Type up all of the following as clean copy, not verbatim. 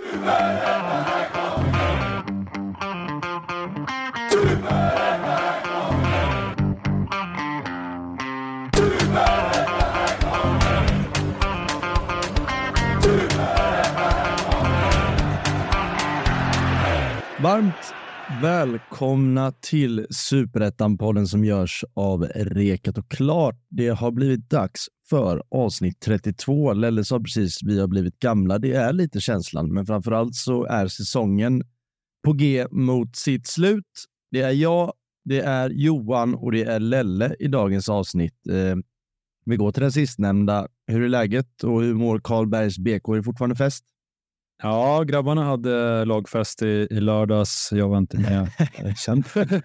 Varmt välkomna till Superettan-podden som görs av Rekat och Klart. Det har blivit dags för avsnitt 32. Lelle sa precis, vi har blivit gamla. Det är lite känslan, men framförallt så är säsongen på G mot sitt slut. Det är jag, det är Johan och det är Lelle i dagens avsnitt. Vi går till den sistnämnda. Hur är läget och hur mår Karlbergs BK? Är det fortfarande fest? Ja, grabbarna hade lagfest i lördags. Jag var inte med. Känd.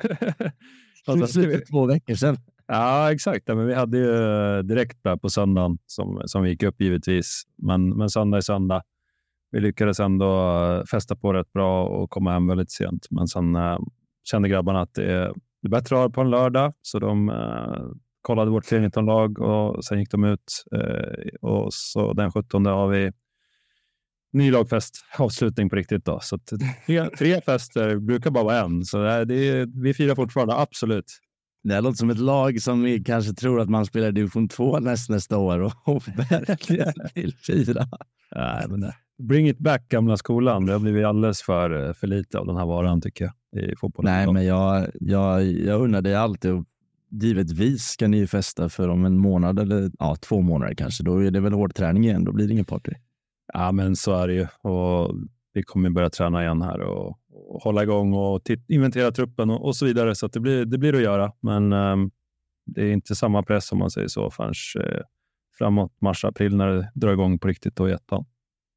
För 2 veckor sedan. Ja, exakt. Men vi hade ju direkt där på söndagen som vi gick upp givetvis. Men söndag är söndag. Vi lyckades ändå festa på rätt bra och komma hem väldigt sent. Men sen kände grabbarna att det är bättre att ha på en lördag. Så de kollade vårt 19-lag och sen gick de ut. Och så den 17 har vi ny lagfest, avslutning på riktigt då. Så 3 fester brukar bara vara en. Så vi firar fortfarande, absolut. Det låter som ett lag som vi kanske tror att man spelar division 2 nästa år och verkligen vill fira. Nej, men bring it back, gamla skolan. Det har blivit alldeles för lite av den här varan tycker jag i fotbollen. Nej, men jag undrar dig alltid. Givetvis ska ni ju festa för om en månad eller 2 månader kanske. Då är det väl hård träning igen, då blir det ingen party. Ja, men så är det ju. Och vi kommer börja träna igen här och hålla igång och inventera truppen och så vidare. Så att det blir att göra. Men det är inte samma press om man säger så förrän framåt mars-april när det drar igång på riktigt och i ettan.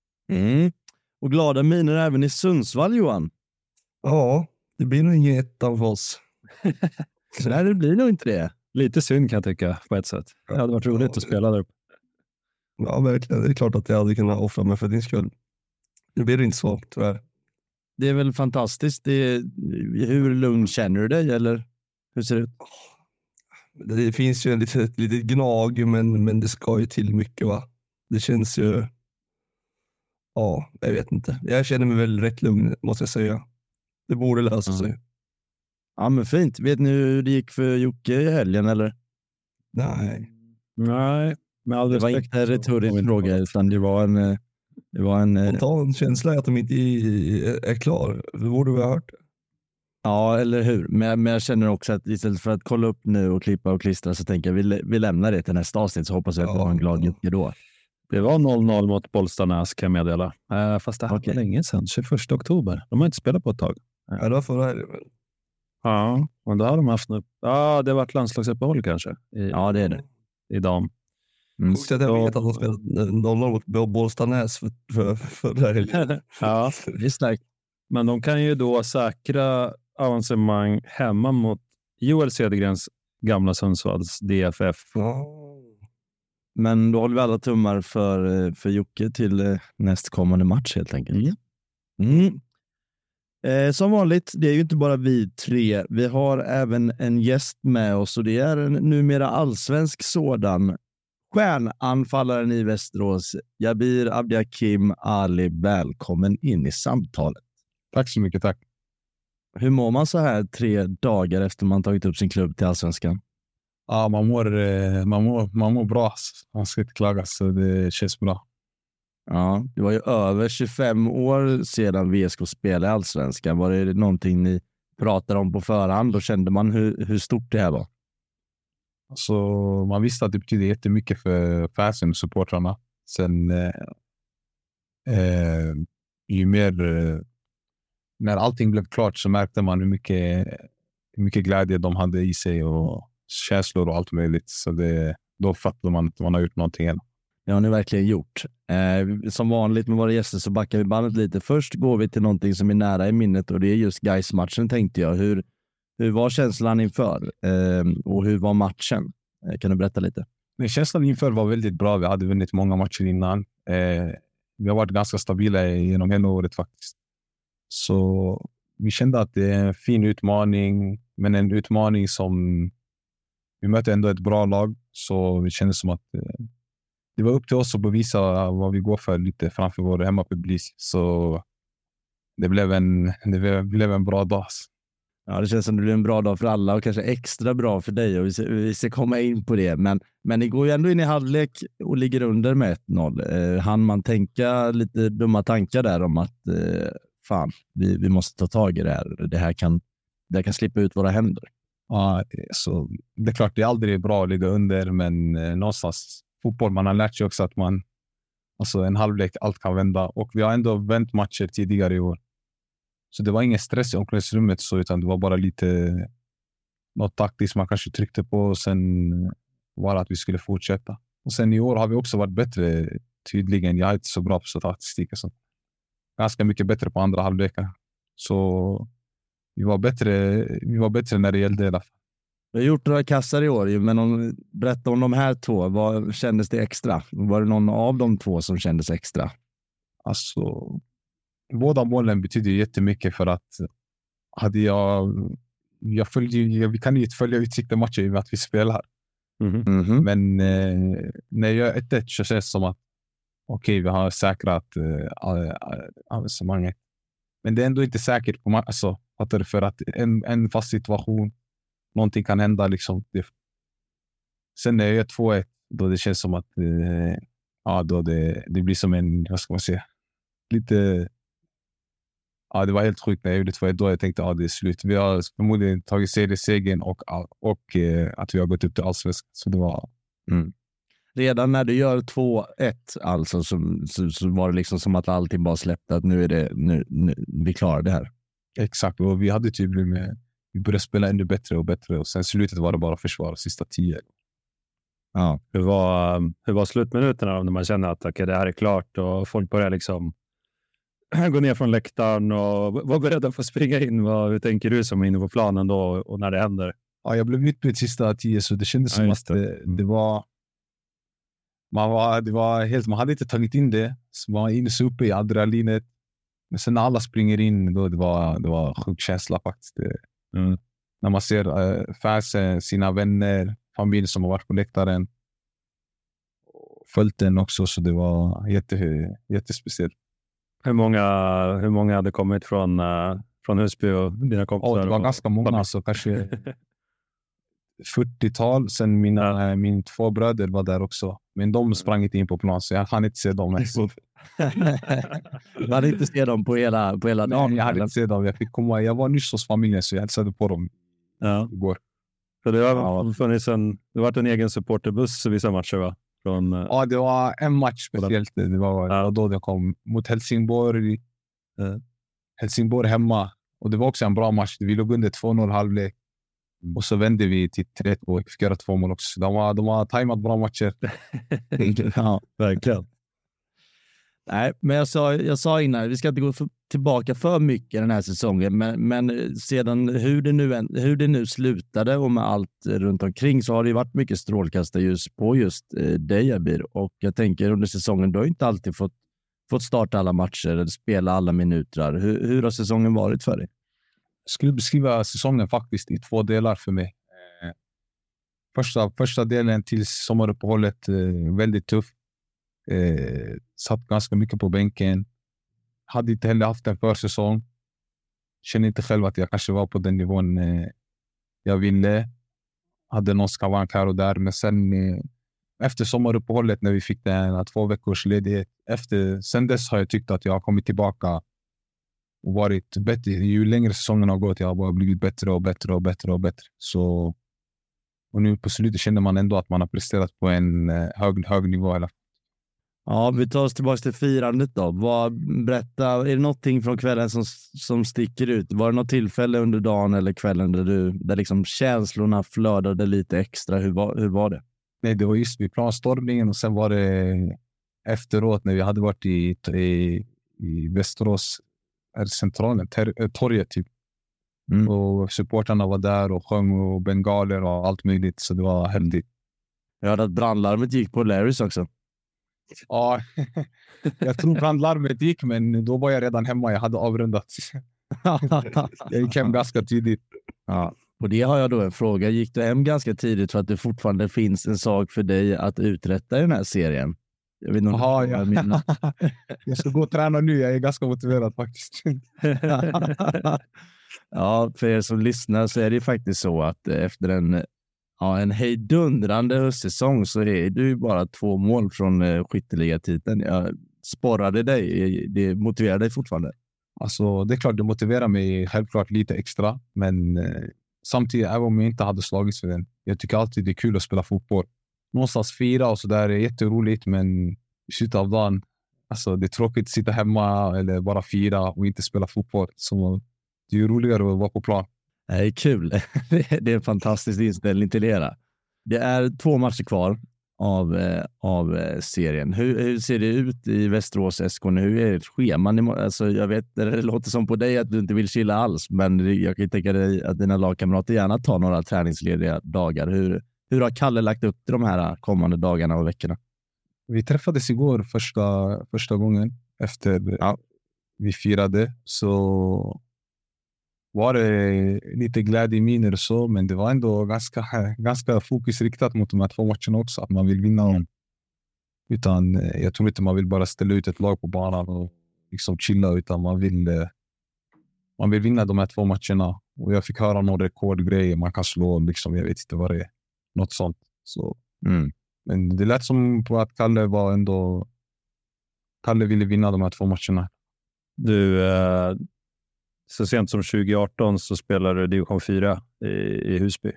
Och glada miner även i Sundsvall, Johan. Ja, det blir nog ingen ettan för oss. Nej, det blir nog inte det. Lite synd kan jag tycka på ett sätt. Det hade varit roligt att spela där uppe. Ja, verkligen. Det är klart att jag hade kunnat offra mig för din skull. Det blir inte så, tyvärr. Det är väl fantastiskt. Hur lugn känner du dig, eller hur ser det ut? Det finns ju ett litet gnag, men det ska ju till mycket, va? Det känns ju... Ja, jag vet inte. Jag känner mig väl rätt lugn, måste jag säga. Det borde lösa sig. Ja, men fint. Vet ni hur det gick för Jocke i helgen, eller? Nej. Med all det var inte en retorisk fråga, utan det var en spontan känsla att de inte är klar. Det borde vi ha hört. Ja, eller hur? Men jag känner också att istället för att kolla upp nu och klippa och klistra så tänker jag vi lämnar det till nästa avsnitt, så hoppas jag att vi har en glad Jocke då. Det var 0-0 mot Bollstanäs kan jag meddela. Fast det här var länge sedan, 21 oktober. De har inte spelat på ett tag. Ja, det var förra helgen. Ja, men då har de haft ja, det har varit landslagsuppehåll kanske. Ja, det är det. I dam. Sjukt att jag vet att de spelade 0-0 mot Bollstanäs för det här. Ja, det är starkt. Men de kan ju då säkra avancemang hemma mot Joel Cedergrens gamla Sundsvalls DFF. Men då håller vi alla tummar för Jocke till nästkommande match helt enkelt. Som vanligt, det är ju inte bara vi 3. Vi har även en gäst med oss och det är en numera allsvensk sådan. Stjärnanfallaren i Västerås, Jabir Abdihakim Ali. Välkommen in i samtalet. Tack så mycket, tack. Hur mår man så här 3 dagar efter man tagit upp sin klubb till allsvenskan? Ja, man mår bra. Man ska inte klaga, så det känns bra. Ja, det var ju över 25 år sedan VSK spelade i allsvenskan. Var det någonting ni pratade om på förhand? Då kände man hur stort det här var? Alltså, man visste att det betyder jättemycket för fansen och supportrarna. Sen ju mer när allting blev klart så märkte man hur mycket glädje de hade i sig och känslor och allt möjligt. Så då fattade man att man har gjort någonting än. Det har ni verkligen gjort. Som vanligt med våra gäster så backar vi bandet lite. Först går vi till någonting som är nära i minnet och det är just Gais-matchen, tänkte jag. Hur var känslan inför? Och hur var matchen? Kan du berätta lite? Känslan inför var väldigt bra. Vi hade vunnit många matcher innan. Vi har varit ganska stabila genom hela året faktiskt. Så vi kände att det är en fin utmaning, men en utmaning som vi mötte ändå ett bra lag. Så vi kände som att det var upp till oss att bevisa vad vi går för lite framför vår hemmapublik. Så det blev en bra dag. Ja, det känns som det blir en bra dag för alla och kanske extra bra för dig och vi ska komma in på det. Men det går ju ändå in i halvlek och ligger under med 1-0. Han man tänka lite dumma tankar där om att fan, vi måste ta tag i det här. Det här kan slippa ut våra händer. Ja, så det är klart det är aldrig bra att ligga under, men någonstans fotboll, man har lärt sig också att alltså en halvlek, allt kan vända. Och vi har ändå vänt matcher tidigare i år. Så det var ingen stress i omklädningsrummet så, utan det var bara lite något taktiskt man kanske tryckte på och sen var att vi skulle fortsätta. Och sen i år har vi också varit bättre tydligen. Jag är inte så bra på statistik och sånt. Ganska mycket bättre på andra halvlekar. Så vi var bättre när det gällde i alla fall. Vi har gjort några kassar i år, men berätta om de här två. Vad kändes det extra? Var det någon av de två som kändes extra? Alltså, båda målen betyder jättemycket för att hade vi kan ju inte följa Utsikten matcher i och med att vi spelar. Mm-hmm. Men när jag gör 1-1 så känns det som att okej, vi har säkrat avancemanget. Men det är ändå inte säkert på alltså, för att en fast situation, någonting kan hända liksom. Sen när jag gör 2-1, då det känns som att då det blir som en, vad ska man säga, lite. Ja, det var helt sjukt när jag gjorde 2-1. Då jag tänkte det är slut. Vi har förmodligen tagit seriesegern och att vi har gått upp till allsvenskan. Så det var. Redan när du gör 2-1 alltså så var det liksom som att allting bara släppte, att nu vi klarar det här. Exakt, och vi hade typ vi började spela ännu bättre och bättre och sen slutet var det bara försvara sista 10. Ja, hur var slutminuterna när man känner att det här är klart och folk börjar liksom gå ner från läktaren och var beredda för att springa in? Hur tänker du som är inne på planen då och när det händer? Ja, jag blev utbytt sista 10 så det kändes som att det var man hade inte tagit in det, så man var inne så uppe i adrenalinet. Men sen när alla springer in då det var sjuk känsla faktiskt. När man ser fansen, sina vänner, familj som har varit på läktaren följt den också, så det var jättespeciellt. Hur många hade kommit från Husby och dina kompisar? Det var ganska många, så kanske 40-tal. Sen min 2 bröder var där också. Men de sprang inte in på plan, så jag hann inte se dem. Du hade inte se dem på hela dagen? Jag hade inte se dem. Jag var nyss hos familjen, så jag hälsade på dem igår. Så det har funnits det har varit en egen supporterbuss i vissa matcher, va? Ja, det var en match speciellt. Det var då det kom mot Helsingborg. Helsingborg hemma. Och det var också en bra match. Vi låg under 2-0 halvlek. Och så vände vi till 3-2 och fick göra 2 mål också. De har tajmat bra matcher. Ja, verkligen. Nej, men jag sa innan, vi ska inte gå tillbaka för mycket den här säsongen, men sedan hur det nu slutade och med allt runt omkring, så har det ju varit mycket strålkastarljus på just dig, Abir. Och jag tänker under säsongen, du har inte alltid fått starta alla matcher eller spela alla minuter. Hur har säsongen varit för dig? Jag skulle beskriva säsongen faktiskt i 2 delar för mig. Första delen till sommaruppehållet väldigt tuff. Satt ganska mycket på bänken. Hade inte heller haft en försäsong. Kände inte själv att jag kanske var på den nivån jag ville. Hade någon skavank här och där. Men sen efter sommaruppehållet, när vi fick den 2 veckors ledighet, sen dess har jag tyckt att jag har kommit tillbaka och varit bättre. Ju längre säsongen har gått, jag har bara blivit bättre och bättre och bättre och bättre. Så, och nu på slutet känner man ändå att man har presterat på en hög nivå. Eller? Ja, vi tar oss tillbaka till firandet då. Berätta, är det någonting från kvällen som sticker ut? Var det något tillfälle under dagen eller kvällen där liksom känslorna flödade lite extra? Hur var det? Nej, det var just vid planstormningen och sen var det efteråt när vi hade varit i Västerås, centralen, torget typ. Och supportarna var där och sjöng och bengaler och allt möjligt, så det var häftigt. Jag hörde att brandlarmet gick på Larrys också. Ja, jag tror brandlarmet gick, men då var jag redan hemma. Jag hade avrundat. Jag gick hem ganska tidigt. Ja, och det har jag då en fråga. Gick du hem ganska tidigt för att det fortfarande finns en sak för dig att uträtta i den här serien? Jag vet inte om Jaha, vad jag menar. Jag ska gå och träna nu. Jag är ganska motiverad faktiskt. Ja, för er som lyssnar så är det ju faktiskt så att efter en hejdundrande höstsäsong så är det ju bara 2 mål från skytteligatiteln. Jag sporrade dig. Det motiverar dig fortfarande? Alltså, det är klart det motiverar mig självklart lite extra. Men samtidigt, även om jag inte hade slagits för den. Jag tycker alltid det är kul att spela fotboll. Någonstans fira och så där är jätteroligt, men i slutet av dagen, alltså det är tråkigt att sitta hemma eller bara fira och inte spela fotboll. Så det är ju roligare att vara på plan. Det är kul. Det är en fantastisk inställning till det. Det är 2 matcher kvar av serien. Hur ser det ut i Västerås SK nu? Hur är det scheman? Alltså, jag vet, det låter som på dig att du inte vill chilla alls, men jag kan tänka dig att dina lagkamrater gärna tar några träningslediga dagar. Hur har Kalle lagt upp de här kommande dagarna och veckorna? Vi träffades igår första gången efter vi firade, så var det lite glädjeminer och så, men det var ändå ganska fokusriktat mot de här 2 matcherna också, att man vill vinna dem. Utan jag tror inte man vill bara ställa ut ett lag på banan och liksom chilla, utan man vill vinna de här 2 matcherna. Och jag fick höra någon rekordgrej man kan slå, liksom, jag vet inte vad det är. Något sånt. Så, men det lät som på att Kalle ville vinna de här 2 matcherna. Du, så sent som 2018 så spelade du division 4 i Husby.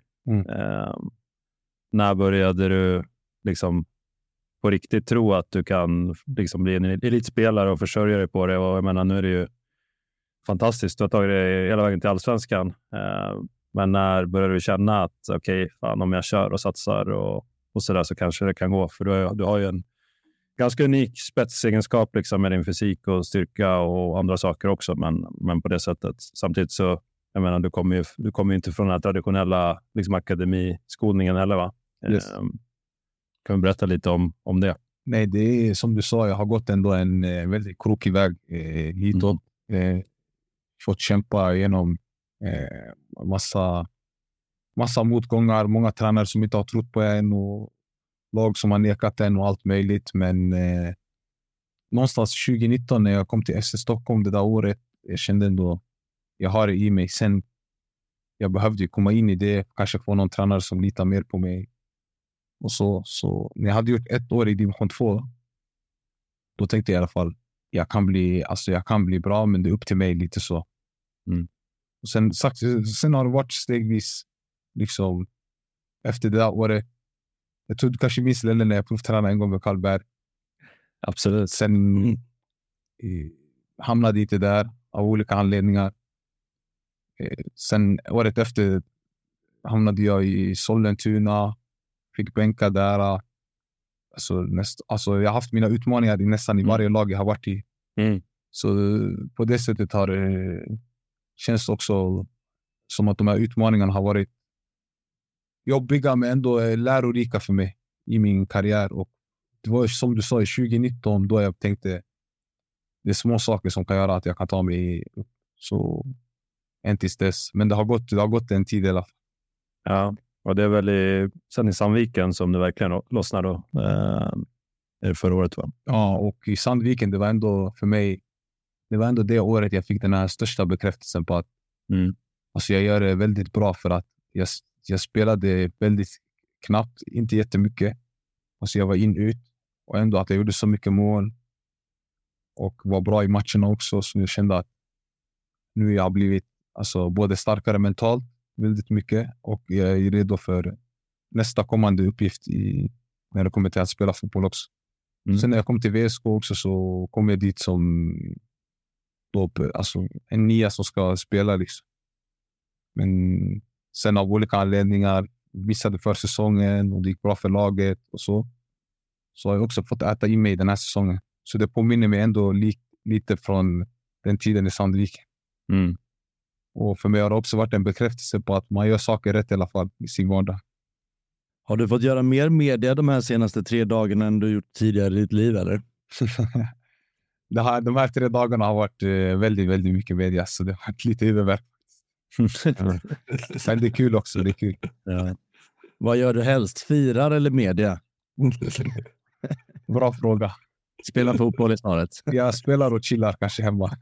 När började du liksom på riktigt tro att du kan liksom bli en elitspelare och försörja dig på det? Och jag menar, nu är det ju fantastiskt. Du har tagit dig hela vägen till Allsvenskan. Men när började du känna att okej, fan, om jag kör och satsar och sådär så kanske det kan gå? För du har ju en ganska unik spetsegenskap liksom, med din fysik och styrka och andra saker också. Men på det sättet. Samtidigt så, jag menar, du kommer ju inte från den här traditionella liksom, akademiskolningen heller, va? Yes. Kan du berätta lite om det? Nej, det är som du sa, jag har gått ändå en väldigt krokig väg hitåt. Fått kämpa igenom massa motgångar, många tränare som inte har trott på en och lag som har nekat en och allt möjligt. Men någonstans 2019 när jag kom till SC Stockholm det där året, jag kände ändå jag har det i mig. Sen jag behövde komma in i det, kanske få någon tränare som litar mer på mig. Och så när jag hade gjort 1 år i division 2, då tänkte jag i alla fall jag kan bli bra, men det är upp till mig lite så. Och sen har det varit stegvis liksom efter det där året. Jag tror du kanske minns Lelle när jag provtränade en gång med Karlberg. Absolut. Sen hamnade inte där av olika anledningar. Sen året efter hamnade jag i Sollentuna. Fick bänka där. Alltså jag har haft mina utmaningar nästan i varje lag jag har varit i. Så på det sättet har det känns också som att de här utmaningarna har varit jobbiga men ändå lärorika för mig i min karriär. Och det var som du sa i 2019 då jag tänkte det är små saker som kan göra att jag kan ta mig upp. Så än tills dess. Men det har gått en tid i alla fall. Ja, och det är väl sen i Sandviken som det verkligen lossnade då. Förra året, va? Ja, och i Sandviken det var ändå för mig det året jag fick den här största bekräftelsen på att alltså jag gör det väldigt bra, för att jag spelade väldigt knappt, inte jättemycket. Alltså jag var ut och ändå att jag gjorde så mycket mål och var bra i matcherna också, så jag kände att nu jag har blivit alltså både starkare mentalt väldigt mycket och jag är redo för nästa kommande uppgift när det kommer till att spela fotboll också. Sen när jag kom till VSK också så kom jag dit som alltså en nia som ska spela liksom. Men sen av olika anledningar missade för säsongen och det gick bra för laget och så har jag också fått äta i mig den här säsongen. Så det påminner mig ändå lite från den tiden i Sandviken. Och för mig har det också varit en bekräftelse på att man gör saker rätt i alla fall i sin vardag. Har du fått göra mer media de här senaste 3 dagarna än du gjort tidigare i ditt liv, eller? De här 3 dagarna har varit väldigt, väldigt mycket media, så det har varit lite öververk. Men det är kul också, det är kul. Ja. Vad gör du helst? Firar eller media? Bra fråga. Spela fotboll i snaret. Jag spelar och chillar kanske hemma.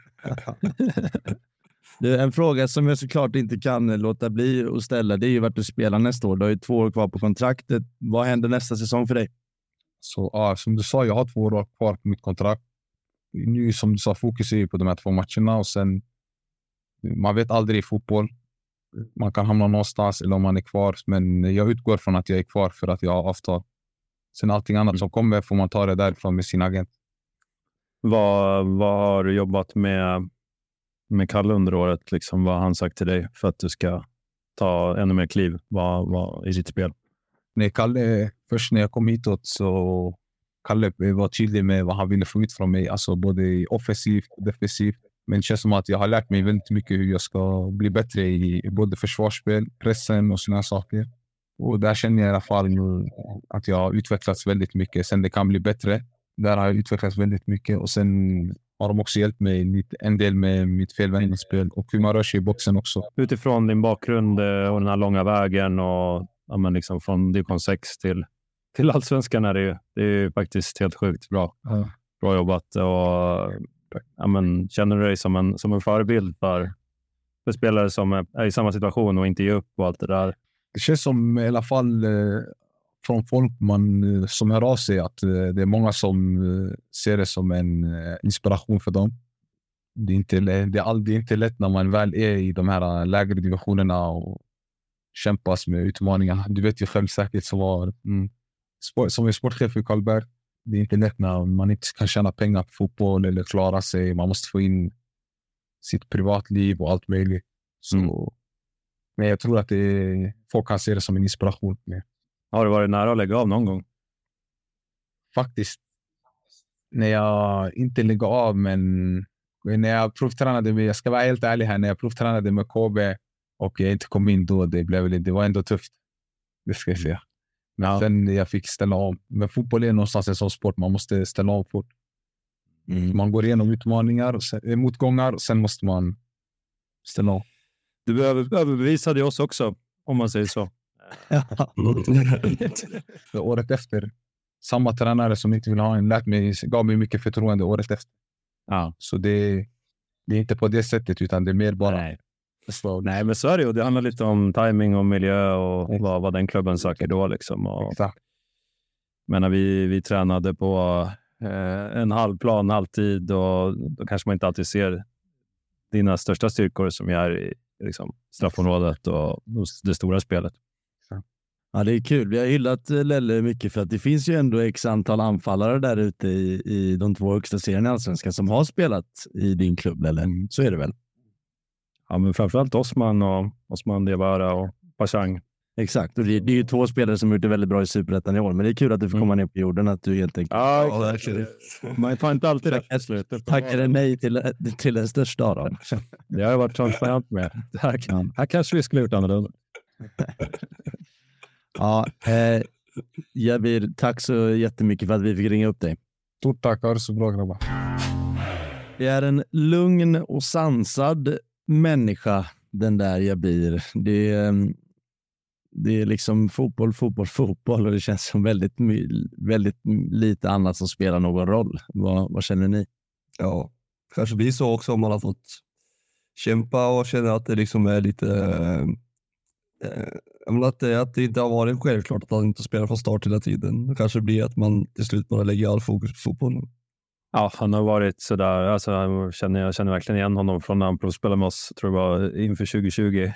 Det är en fråga som jag såklart inte kan låta bli att ställa. Det är ju vart du spelar nästa år. Du har ju 2 år kvar på kontraktet. Vad händer nästa säsong för dig? Så som du sa, jag har 2 år kvar på mitt kontrakt. Nu som du sa, fokus är på de här 2 matcherna och sen man vet aldrig i fotboll. Man kan hamna någonstans eller om man är kvar, men jag utgår från att jag är kvar för att jag har avtal. Sen allting annat som kommer får man ta det därifrån med sin agent. Vad har du jobbat med Kalle under året? Liksom, vad har han sagt till dig för att du ska ta ännu mer kliv i sitt spel? Nej, Kalle, först när jag kom hitåt så Kalle var tydlig med vad han ville få ut från mig. Alltså både offensivt och defensivt. Men det känns som att jag har lärt mig väldigt mycket hur jag ska bli bättre i både försvarsspel, pressen och sådana saker. Och där känner jag i alla fall att jag har utvecklats väldigt mycket. Sen det kan bli bättre. Där har jag utvecklats väldigt mycket. Och sen har de också hjälpt mig en del med mitt felvändningsspel och hur man rör sig i boxen också. Utifrån din bakgrund och den här långa vägen och liksom från division 6 till allsvenskan är det är faktiskt helt sjukt bra. Ja. Bra jobbat och känner du dig som en förebild för spelare som är i samma situation och inte ger upp och allt det där? Det känns som i alla fall från folk som hör av sig att det är många som ser det som en inspiration för dem. Det är aldrig inte lätt när man väl är i de här lägre divisionerna och kämpas med utmaningar. Du vet ju själv säkert som är sportchef i Karlberg. Det är inte lätt när man inte kan tjäna pengar på fotboll eller klara sig. Man måste få in sitt privatliv och allt möjligt. Men jag tror att folk kan se det som en inspiration. Har du varit nära att lägga av någon gång? Faktiskt. När jag inte lägger av, men när jag provtränade jag ska vara helt ärlig här, när jag provtränade med KB och jag inte kom in då, det var ändå tufft. Det ska jag säga. Men sen jag fick ställa om. Men fotboll är någonstans en sån sport, man måste ställa om fort. Man går igenom utmaningar, motgångar och sen måste man ställa om. Du överbevisade oss också, om man säger så. Året efter, samma tränare som inte vill ha en gav mig mycket förtroende året efter. Ja. Så det är inte på det sättet, utan det är mer bara... Nej, men så är det ju. Det handlar lite om timing och miljö och vad den klubben söker då. Liksom. Exakt. Men vi tränade på en halvplan, halvtid, och då kanske man inte alltid ser dina största styrkor som är i liksom, straffområdet och det stora spelet. Ja, det är kul. Vi har hyllat Lelle mycket för att det finns ju ändå x antal anfallare där ute i de 2 högsta serierna i Allsvenskan som har spelat i din klubb, eller? Så är det väl? Ja, men framförallt Osman Diawara och Pashang. Exakt, och det är ju 2 spelare som har gjort det väldigt bra i Superettan i år, men det är kul att du får komma ner på jorden, att du helt enkelt... Ja, verkligen. Man tar inte alltid rätt på slutet. Tackar nej till den största av dem. Det har jag varit transparent med. Här kanske vi skulle gjort annorlunda. Ja, Jabir, tack så jättemycket för att vi fick ringa upp dig. Stort tack, ha det så bra grabbar. Det är en lugn och sansad människa, den där Jabir. Det är liksom fotboll och det känns som väldigt lite annat som spelar någon roll. Vad känner ni? Ja, kanske blir så också om man har fått kämpa och känner att det liksom är lite... att det inte har varit självklart att han inte spelar från start hela tiden. Det kanske blir att man till slut bara lägger all fokus på fotbollen. Ja, han har varit sådär. Alltså, jag känner verkligen igen honom från när han provspelade med oss, tror jag var inför 2020.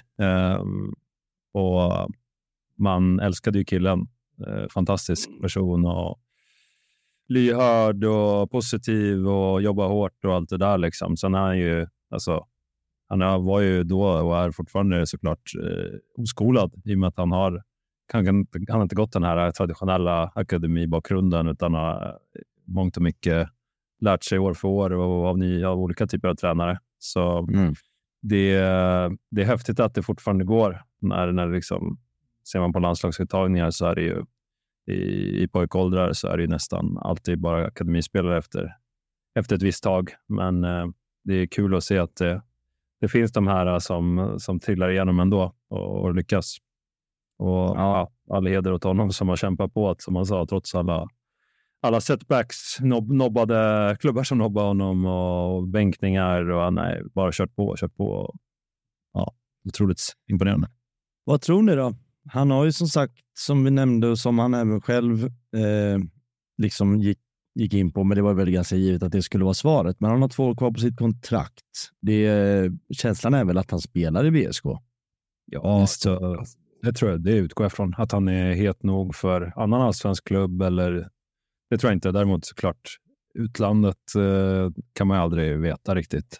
Och man älskade ju killen. Fantastisk person och lyhörd och positiv och jobbar hårt och allt det där liksom. Sen är han ju, alltså, han var ju då och är fortfarande såklart oskolad i och med att han har inte gått den här traditionella akademibakgrunden, utan har mångt och mycket lärt sig år för år och av olika typer av tränare. Så det är häftigt att det fortfarande går. När liksom, ser man på landslagsuttagningar så är det ju i pojkåldrar så är det ju nästan alltid bara akademispelare efter ett visst tag. Men det är kul att se att det finns de här som trillar igenom ändå och lyckas. Och all heder åt honom som har kämpat på, som man sa, trots alla setbacks, klubbar som nobbade honom och bänkningar och han är bara kört på. Ja, otroligt imponerande. Vad tror ni då? Han har ju som sagt, som vi nämnde och som han även själv liksom gick in på, men det var väl ganska givet att det skulle vara svaret. Men han har 2 år kvar på sitt kontrakt. Känslan är väl att han spelar i VSK? Ja, så det tror jag. Det utgår jag från. Att han är het nog för annan allsvensk klubb eller det tror jag inte. Däremot såklart utlandet kan man ju aldrig veta riktigt.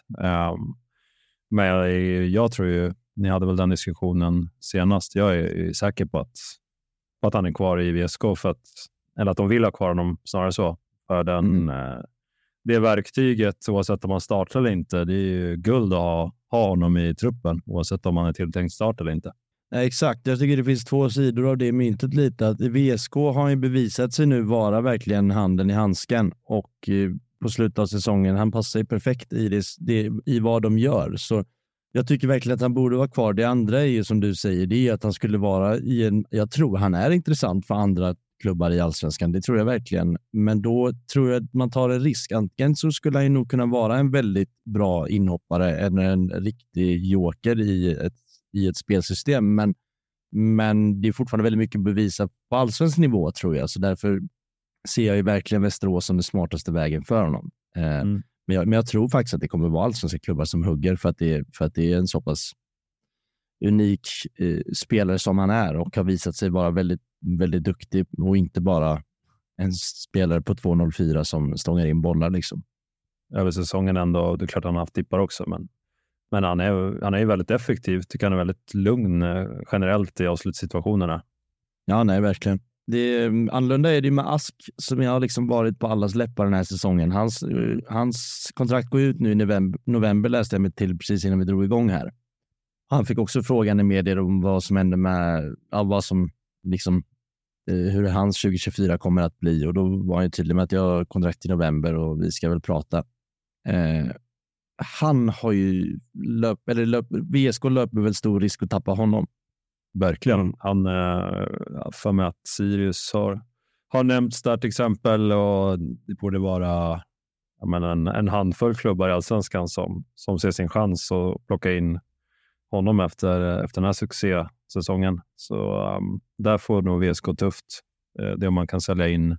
Men jag tror ju, ni hade väl den diskussionen senast. Jag är säker på att han är kvar i VSK eller att de vill ha kvar honom snarare så. För det verktyget, oavsett om man startar eller inte, det är ju guld att ha honom i truppen, oavsett om man är tilltänkt start eller inte. Ja, exakt, jag tycker det finns 2 sidor av det myntet lite. Att VSK har ju bevisat sig nu vara verkligen handen i handsken och på slutet av säsongen, han passar sig perfekt i vad de gör. Så jag tycker verkligen att han borde vara kvar. Det andra är ju som du säger, det är att han skulle vara jag tror han är intressant för andra klubbar i allsvenskan, det tror jag verkligen. Men då tror jag att man tar en risk. Antingen så skulle han ju nog kunna vara en väldigt bra inhoppare eller en riktig joker i ett spelsystem. Men det är fortfarande väldigt mycket bevisa på allsvensk nivå tror jag. Så därför ser jag ju verkligen Västerås som den smartaste vägen för honom. Men jag tror faktiskt att det kommer vara allsvenska klubbar som hugger för att det är en så pass unik spelare som han är och har visat sig vara väldigt, väldigt duktig och inte bara en spelare på 2.04 som stångar in bollar liksom. Över säsongen ändå, det är klart han har haft tippar också, men han är ju väldigt effektiv, tycker han är väldigt lugn generellt i avslutssituationerna. Ja, nej, verkligen. Annorlunda är det med Ask som jag har liksom varit på allas läppar den här säsongen. Hans kontrakt går ut nu i november läste jag mig till precis innan vi drog igång här. Han fick också frågan i medier om vad som hände med vad som liksom hur hans 2024 kommer att bli och då var han ju tydlig med att jag har kontrakt i november och vi ska väl prata. Han har ju VSK löper väl stor risk att tappa honom. Verkligen. Han för mig att Sirius har nämnts där till exempel och det borde vara en handfull klubbar i allsvenskan som ser sin chans att plocka in honom efter den här succésäsongen. Så där får nog VSK tufft. Det om man kan sälja in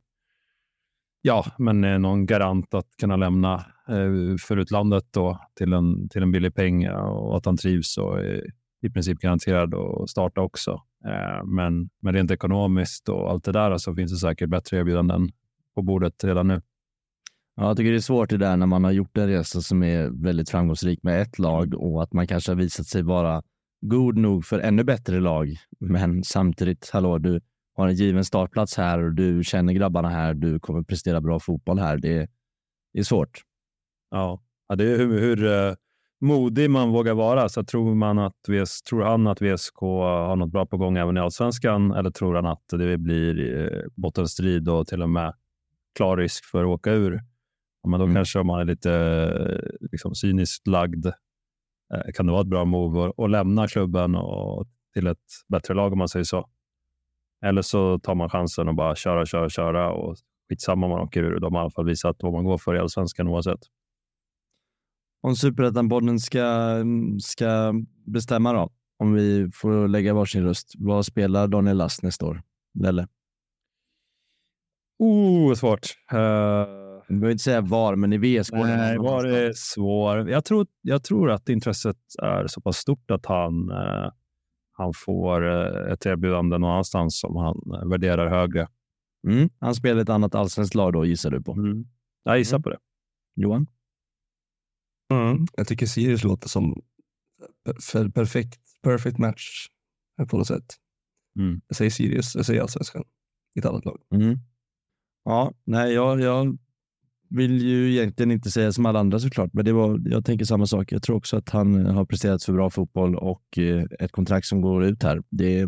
någon garant att kunna lämna för utlandet då till en billig peng och att han trivs och i princip garanterad att starta också. Men rent ekonomiskt och allt det där så finns det säkert bättre erbjudanden på bordet redan nu. Ja, jag tycker det är svårt det där när man har gjort en resa som är väldigt framgångsrik med ett lag och att man kanske har visat sig vara god nog för ännu bättre lag. Men samtidigt, du har en given startplats här och du känner grabbarna här, du kommer prestera bra fotboll här. Det är svårt. Ja, det är hur modig man vågar vara. Så tror han att VSK har något bra på gång även i allsvenskan eller tror han att det blir bottenstrid och till och med klar risk för att åka ur? Ja, men då kanske om man är lite liksom cyniskt lagd kan det vara ett bra move att lämna klubben och till ett bättre lag om man säger så. Eller så tar man chansen och bara köra och skitsamma om man åker ur. De har i alla fall visat vad man går för i allsvenskan oavsett. Om Superettan-podden ska bestämma då, om vi får lägga varsin röst, vad spelar Daniel Last nästa år? Lelle? Svårt. Jag behöver inte säga var, men i VSK. Nej, var är svår. Jag tror att intresset är så pass stort att han får ett erbjudande någon annanstans som han värderar högre. Han spelar ett annat allsvenskt lag då, gissar du på? Jag gissar på det. Johan? Jag tycker Sirius låter som perfect match på något sätt. Jag säger Sirius, jag säger allsvenskan i ett annat lag. Ja, nej, jag vill ju egentligen inte säga som alla andra såklart, men jag tänker samma sak. Jag tror också att han har presterat för bra fotboll och ett kontrakt som går ut här.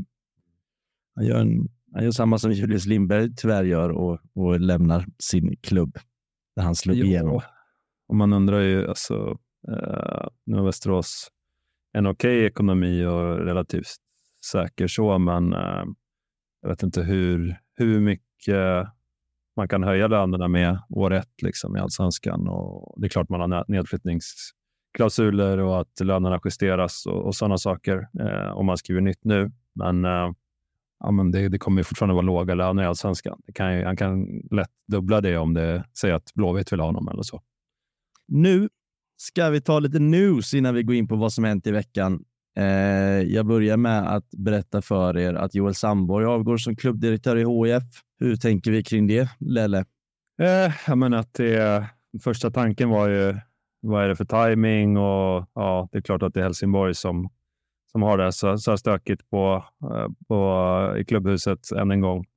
Han gör samma som Julius Lindberg tyvärr gör och lämnar sin klubb där han slog igenom. Och man undrar ju, nu har Västerås en okej ekonomi och relativt säker så, men jag vet inte hur mycket man kan höja lönerna med år 1 liksom, i Allsvenskan. Och det är klart man har nedflyttningsklausuler och att lönerna justeras och sådana saker om man skriver nytt nu. Men, men det kommer ju fortfarande vara låga löner i Allsvenskan. Han kan lätt dubbla det om det säger att Blåvitt vill ha honom eller så. Nu ska vi ta lite news innan vi går in på vad som hänt i veckan. Jag börjar med att berätta för er att Joel Sandborg avgår som klubbdirektör i HIF. Hur tänker vi kring det, Lelle? Jag menar att första tanken var ju, vad är det för timing? Och ja, det är klart att det är Helsingborg som har det så stökigt i klubbhuset än en gång.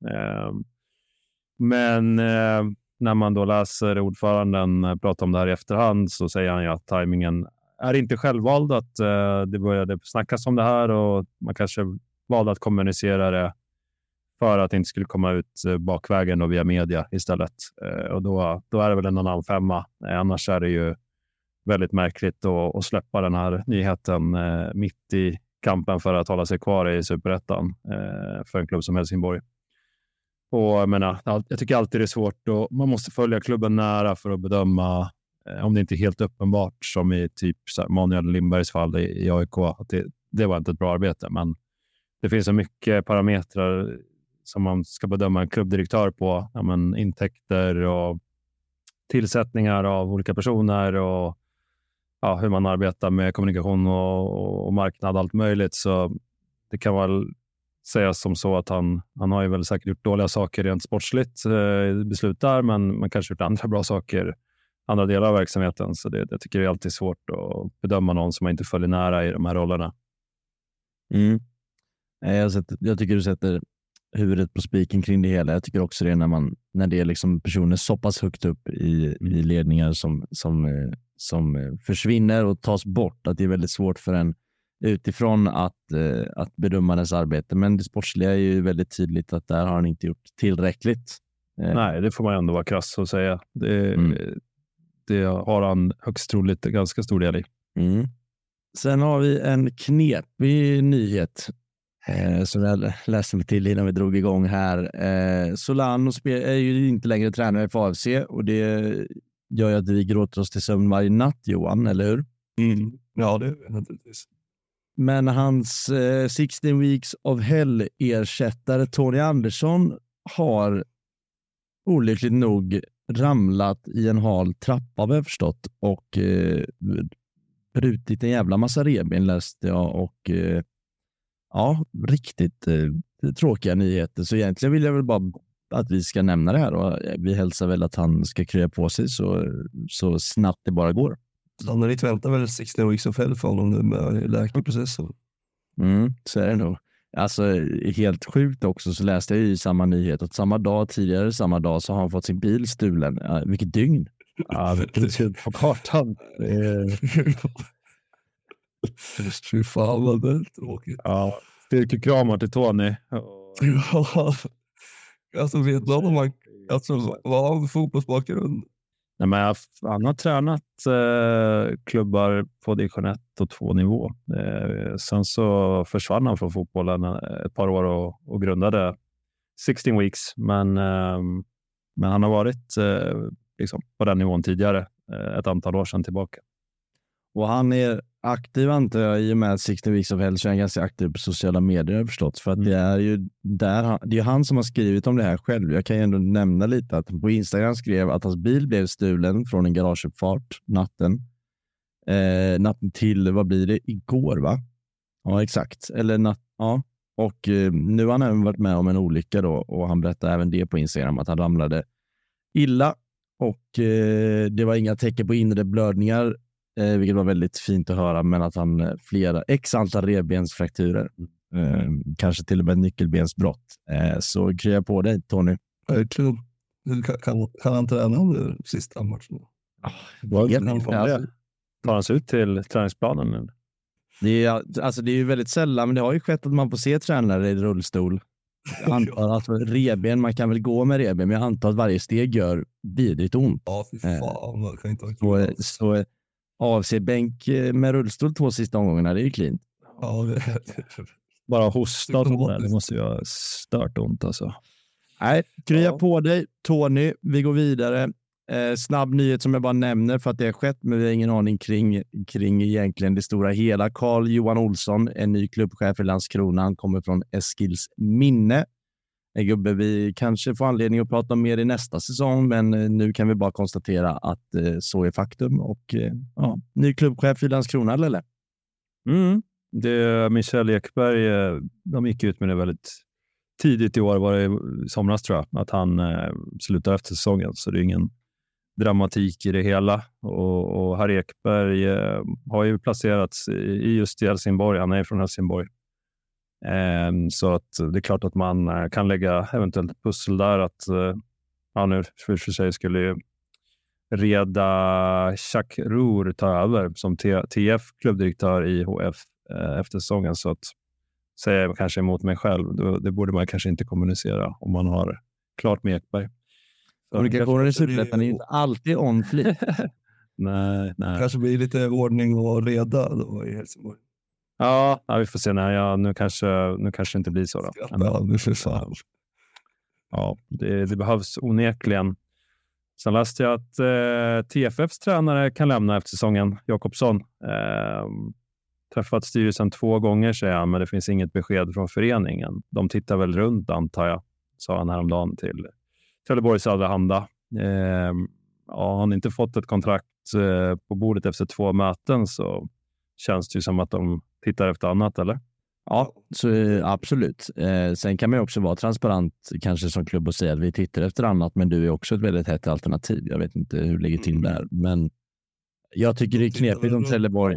Men när man då läser ordföranden prata om det här i efterhand så säger han ju att timingen är inte självvald, att det började snackas om det här och man kanske valde att kommunicera det för att det inte skulle komma ut bakvägen och via media istället. Och då är det väl en annan femma. Annars är det ju väldigt märkligt att släppa den här nyheten mitt i kampen för att hålla sig kvar i Superettan för en klubb som Helsingborg. Och jag tycker alltid det är svårt och man måste följa klubben nära för att bedöma om det inte är helt uppenbart som i typ Manuel Lindbergs fall i AIK att det var inte ett bra arbete, men det finns så mycket parametrar som man ska bedöma en klubbdirektör på, intäkter och tillsättningar av olika personer och hur man arbetar med kommunikation och marknad, allt möjligt. Så det kan väl sägas som så att han har ju väl säkert gjort dåliga saker rent sportsligt beslut där, men man kanske gjort andra bra saker, andra delar av verksamheten. Så det tycker jag är alltid svårt att bedöma någon som man inte följer nära i de här rollerna. Jag tycker du sätter huvudet på spiken kring det hela. Jag tycker också det när det är liksom personer så pass högt upp i ledningar som försvinner och tas bort, att det är väldigt svårt för en utifrån att bedöma dess arbete. Men det sportsliga är ju väldigt tydligt att där har han inte gjort tillräckligt. Nej, det får man ändå vara krass och säga. Det har han högst troligt ganska stor del i. Sen har vi en knepig nyhet som jag läste mig till innan vi drog igång här. Solano är ju inte längre tränare för AFC och det gör ju att vi gråter oss till sömn varje natt, Johan, eller hur? Ja, det är naturligtvis. Men hans 16 Weeks of Hell-ersättare Tony Andersson har olyckligt nog ramlat i en hal trappa, har jag förstått, och brutit en jävla massa revben, läste jag, och riktigt tråkiga nyheter. Så egentligen vill jag väl bara att vi ska nämna det här och vi hälsar väl att han ska krya på sig så snabbt det bara går. Sannolikt väntar väl 16 Weeks of Hell för honom nu med läkarprocessen. Så är det nog. Alltså helt sjukt också, så läste jag i samma nyhet att tidigare samma dag så har han fått sin bil stulen. Vilket dygn. Ja, det ser ut på kartan. Fy fan vad det är tråkigt. Ja, styrkekramar till Tony. Alltså vet någon om man, vad har han för fotbollsbakgrund? Nej, men han har tränat klubbar på division 1 och 2 nivå. Sen så försvann han från fotbollen ett par år och grundade 16 Weeks. Men han har varit liksom på den nivån tidigare ett antal år sedan tillbaka. Och han är aktiv, antar jag, i och med 16 Weeks of Hell, så är han ganska aktiv på sociala medier, jag har förstått. För att det är ju det är han som har skrivit om det här själv. Jag kan ju ändå nämna lite att på Instagram skrev att hans bil blev stulen från en garageuppfart natten till, vad blir det, igår va? Ja, exakt. Eller ja. Och nu har han även varit med om en olycka då, och han berättade även det på Instagram att han ramlade illa och det var inga tecken på inre blödningar, vilket var väldigt fint att höra, men att han flera antal revbensfrakturer, kanske till och med nyckelbensbrott. Så krya på dig, Tony. Verkligen. Kan han träna under sista matchen? Tar han sig ut till träningsplanen nu? Det är ju väldigt sällan, men det har ju skett att man får se tränare i rullstol. Jag antar att reben, man kan väl gå med reben, men jag antar att varje steg gör vidrigt ont. Ja, fy fan. Man kan inte så AFC-bänk med rullstol 2 sista omgångarna, det är ju cleant. Ja, bara hosta och det måste ju ha stört ont alltså. Nej, krya på dig, Tony. Vi går vidare. Snabb nyhet som jag bara nämner för att det har skett, men vi har ingen aning kring egentligen det stora hela. Carl-Johan Olsson, en ny klubbchef i Landskrona. Han kommer från Eskils minne. En gubbe vi kanske får anledning att prata om mer i nästa säsong, men nu kan vi bara konstatera att så är faktum. Och ny klubbchef i Landskrona, eller? Det Michel Ekberg, de gick ut med det väldigt tidigt i år, var det i somras tror jag, att han slutar efter säsongen, så det är ingen dramatik i det hela. Och Harry Ekberg har ju placerats i just Helsingborg. Han är från Helsingborg. Så att det är klart att man kan lägga eventuellt ett pussel där att nu för sig skulle ju Reda Chakrur ta över som TF-klubbdirektör i HF efter säsongen, så att säger jag kanske emot mig själv. Det borde man kanske inte kommunicera om man har klart med Ekberg. Kommunikationen i Superettan är inte alltid on fleek. Nej. Kanske blir lite ordning och reda då i Helsingborg. Ja, vi får se. Nu kanske det inte blir så då. Ja, det behövs onekligen. Sen läste jag att TFFs tränare kan lämna efter säsongen, Jakobsson. Träffat styrelsen 2 gånger, säger han, men det finns inget besked från föreningen. De tittar väl runt, antar jag, sa han häromdagen till Trelleborgs Allehanda. Har han inte fått ett kontrakt på bordet efter 2 möten, så känns det ju som att de tittar efter annat, eller? Ja, så absolut. Sen kan man ju också vara transparent kanske som klubb och säga att vi tittar efter annat, men du är också ett väldigt hett alternativ. Jag vet inte hur det ligger till där, men jag tycker det är knepigt om Trelleborg.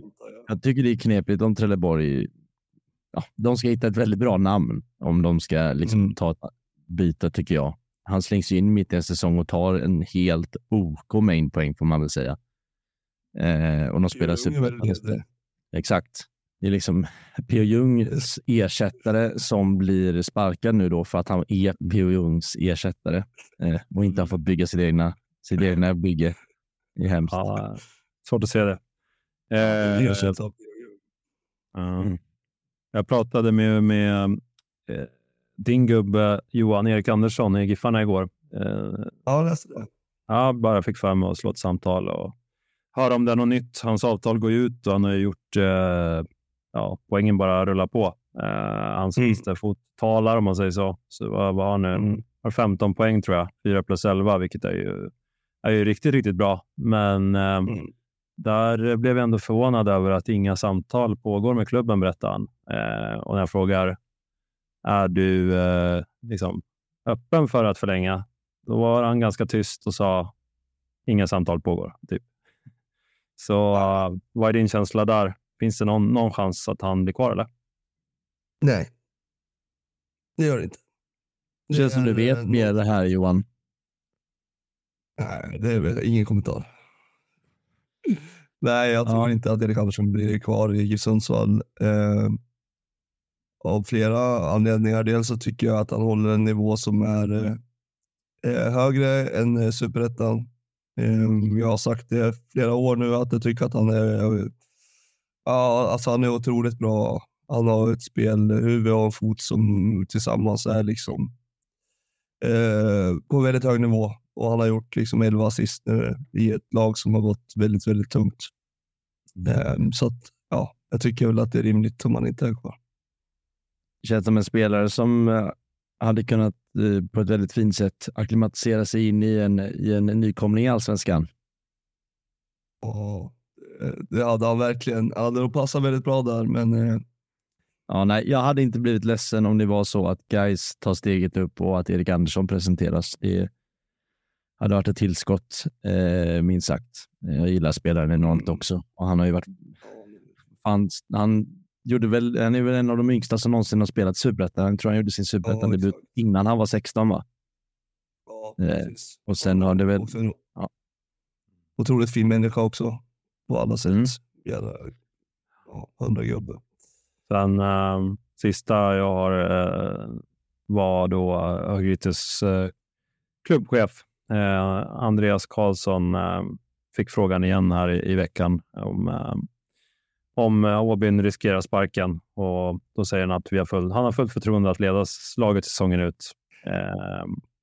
De ska hitta ett väldigt bra namn om de ska liksom ta ett byte, tycker jag. Han slängs in mitt i en säsong och tar en helt OK mainpoäng, får man väl säga. Och de spelar super. Exakt. Det är liksom P.O. Jungs ersättare som blir sparkad nu då för att han är P.O. Jungs ersättare och inte har fått bygga sitt egna bygge i hemskt. Ja, svårt att se det. Jag pratade med din gubbe Johan Erik Andersson i Giffarna igår. Ja, läste det. Ja, bara fick för mig att slå ett samtal och höra om det är något nytt. Hans avtal går ut och han har gjort poängen bara rullar på. Hans vänsterfot talar, om man säger så. Så vad har han nu? Har 15 poäng tror jag. 4+11, vilket är ju riktigt, riktigt bra. Men där blev jag ändå förvånad över att inga samtal pågår med klubben, berättar han. Och när jag frågar, är du liksom öppen för att förlänga? Då var han ganska tyst och sa, inga samtal pågår, typ. Så vad är din känsla där? Finns det någon chans att han blir kvar, eller? Nej. Det gör det inte. Det känns som du vet mer det här, Johan. Nej, det är väl ingen kommentar. Nej, jag tror inte att Erik Andersson blir kvar i GIF Sundsvall. Av flera anledningar. Dels så tycker jag att han håller en nivå som är högre än Superettan. Jag har sagt det flera år nu att jag tycker att han är otroligt bra. Han har ett spelhuvud och en fot som tillsammans är liksom på väldigt hög nivå. Och han har gjort liksom 11 assist nu i ett lag som har gått väldigt, väldigt tungt. Så att, jag tycker väl att det är rimligt om man inte är kvar. Det känns som en spelare som hade kunnat på ett väldigt fint sätt akklimatisera sig in i en nykomling i Allsvenskan. Det hade han verkligen. Han hade nog passat väldigt bra där, men... Jag hade inte blivit ledsen om det var så att Gais tar steget upp och att Erik Andersson presenteras. Det hade varit ett tillskott, minst sagt. Jag gillar spelaren enormt också. Och han har ju varit... Han är väl en av de yngsta som någonsin har spelat Superettan. Jag tror han gjorde sin Superettan-debut innan han var 16, va? Ja, precis. Och sen har det väl... Otroligt fin människa också. På alla sätt. 100 gubbar. Sen sista jag har var då Örgrytes klubbchef. Andreas Karlsson fick frågan igen här i veckan om Åbyn riskerar sparken, och då säger han att han har fullt förtroende att leda laget säsongen ut.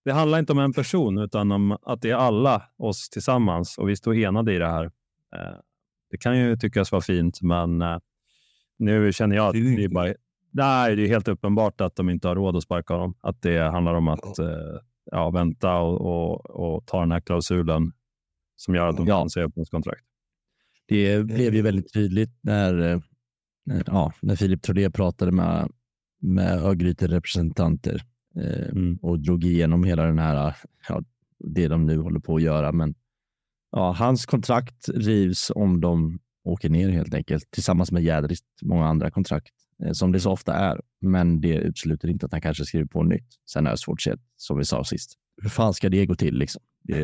det handlar inte om en person utan om att det är alla oss tillsammans och vi står enade i det här. Det kan ju tyckas vara fint, men nu känner jag att det är bara... Nej, det är helt uppenbart att de inte har råd att sparka dem. Att det handlar om att vänta och ta den här klausulen som gör att de kan säga upp ett kontrakt. Det blev ju väldigt tydligt när Filip Trodé pratade med Örgryte-representanter och drog igenom hela den här, det de nu håller på att göra. Men hans kontrakt rivs om de åker ner helt enkelt, tillsammans med jädrigt många andra kontrakt, som det så ofta är. Men det utesluter inte att han kanske skriver på nytt. Sen är det svårt att se, som vi sa sist. Hur fan ska det gå till liksom?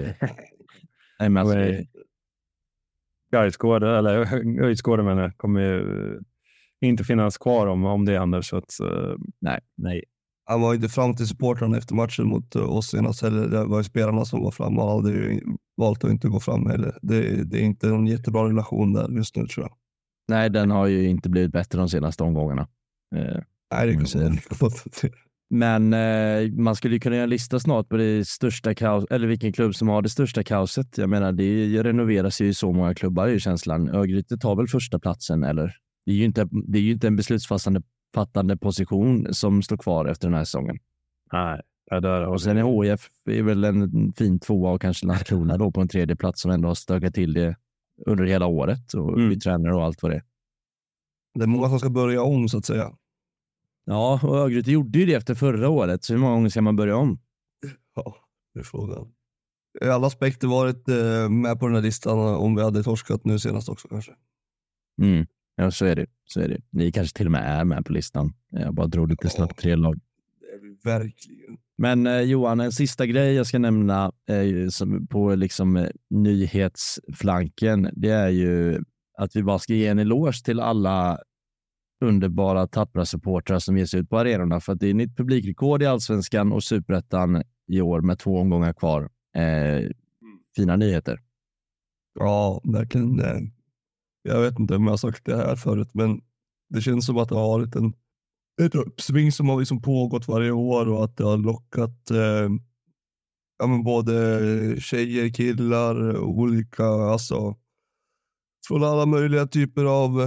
Höjdsgården menar kommer ju inte finnas kvar om det händer. Så att, nej. Han var inte fram till supportrarna efter matchen mot oss senast heller. Det var ju spelarna som var fram och hade ju valt att inte gå fram heller. Det är inte en jättebra relation där just nu, tror jag. Nej, den har ju inte blivit bättre de senaste omgångarna. Nej, det kan säga. Men man skulle ju kunna göra en lista snart på det största kaos, eller vilken klubb som har det största kaoset. Jag menar, det renoveras ju så många klubbar i känslan. Örgryte tar väl första platsen, eller? Det är ju inte en beslutsfattande position som står kvar efter den här säsongen. Nej. Och sen är HIF är väl en fin tvåa och kanske Landskrona då på en tredje plats som ändå har stökat till det under hela året och vi tränar och allt vad det är. Det är många som ska börja om, så att säga. Ja, och Örgryte gjorde ju det efter förra året, så hur många gånger ska man börja om? Ja, det är frågan. I alla aspekter varit med på den här listan om vi hade torskat nu senast också kanske. Ja, så är det. Ni kanske till och med är med på listan. Jag bara drog lite snabbt 3 lag. Det är vi verkligen. Men Johan, en sista grej jag ska nämna som på liksom nyhetsflanken, det är ju att vi bara ska ge en eloge till alla underbara tappra supportrar som ger sig ut på arenorna, för att det är nytt publikrekord i Allsvenskan och Superettan i år med 2 omgångar kvar. Fina nyheter. Ja, verkligen. Jag vet inte om jag har sagt det här förut, men det känns som att det har varit ett uppsving som har liksom pågått varje år och att det har lockat både tjejer, killar, olika, alltså från alla möjliga typer av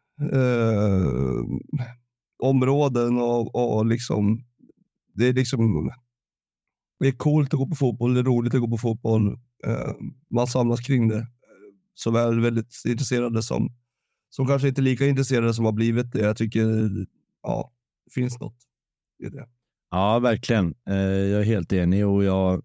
områden och liksom det är coolt att gå på fotboll, det är roligt att gå på fotboll, man samlas kring det, såväl väldigt intresserade som kanske inte lika intresserade som har blivit det. Jag tycker det finns något i det. Ja, verkligen. Jag är helt enig och jag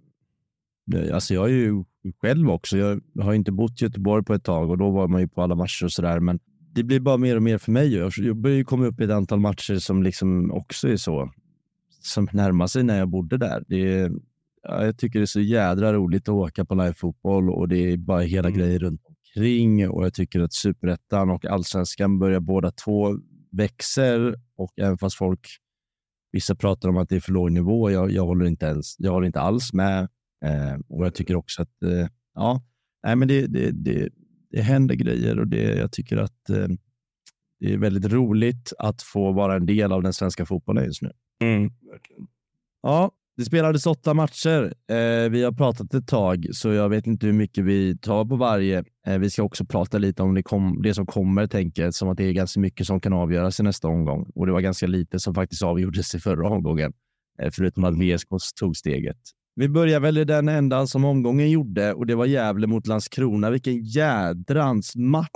är ju själv också. Jag har inte bott i Göteborg på ett tag och då var man ju på alla matcher och sådär, men det blir bara mer och mer för mig. Jag börjar ju komma upp i ett antal matcher som liksom också är så, som närmar sig när jag bodde där. Jag tycker det är så jädra roligt att åka på live-fotboll och det är bara hela grejer runt omkring, och jag tycker att Superettan och Allsvenskan börjar båda två växer, och även fast vissa pratar om att det är för låg nivå, jag håller inte alls med, och jag tycker också att men det händer grejer, och jag tycker att det är väldigt roligt att få vara en del av den svenska fotbollen just nu. Verkligen. Ja, det spelades 8 matcher. Vi har pratat ett tag, så jag vet inte hur mycket vi tar på varje. Vi ska också prata lite om det som kommer, tänker jag, som att det är ganska mycket som kan avgöras i nästa omgång. Och det var ganska lite som faktiskt avgjordes i förra omgången, förutom att VSK tog steget. Vi börjar väl i den ändan som omgången gjorde, och det var Gävle mot Landskrona. Vilken jädrans match!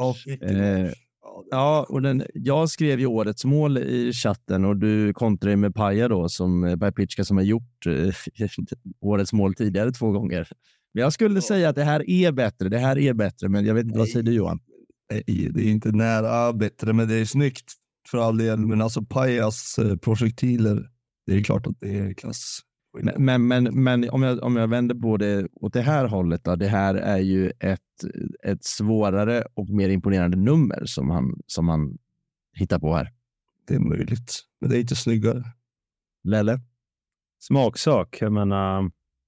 Och jag skrev ju årets mål i chatten, och du kontrade med Paja då, som Bajpitska, som har gjort årets mål tidigare 2 gånger. Men jag skulle säga att det här är bättre, men jag vet inte, vad säger du, Johan? Det är inte nära bättre, men det är snyggt för all del. Men alltså Pajas projektiler, det är klart att det är klass. Men om jag vänder på det åt det här hållet då, det här är ju ett svårare och mer imponerande nummer som han hittar på här. Det är möjligt, men det är inte snyggare. Lelle? Smaksak, jag menar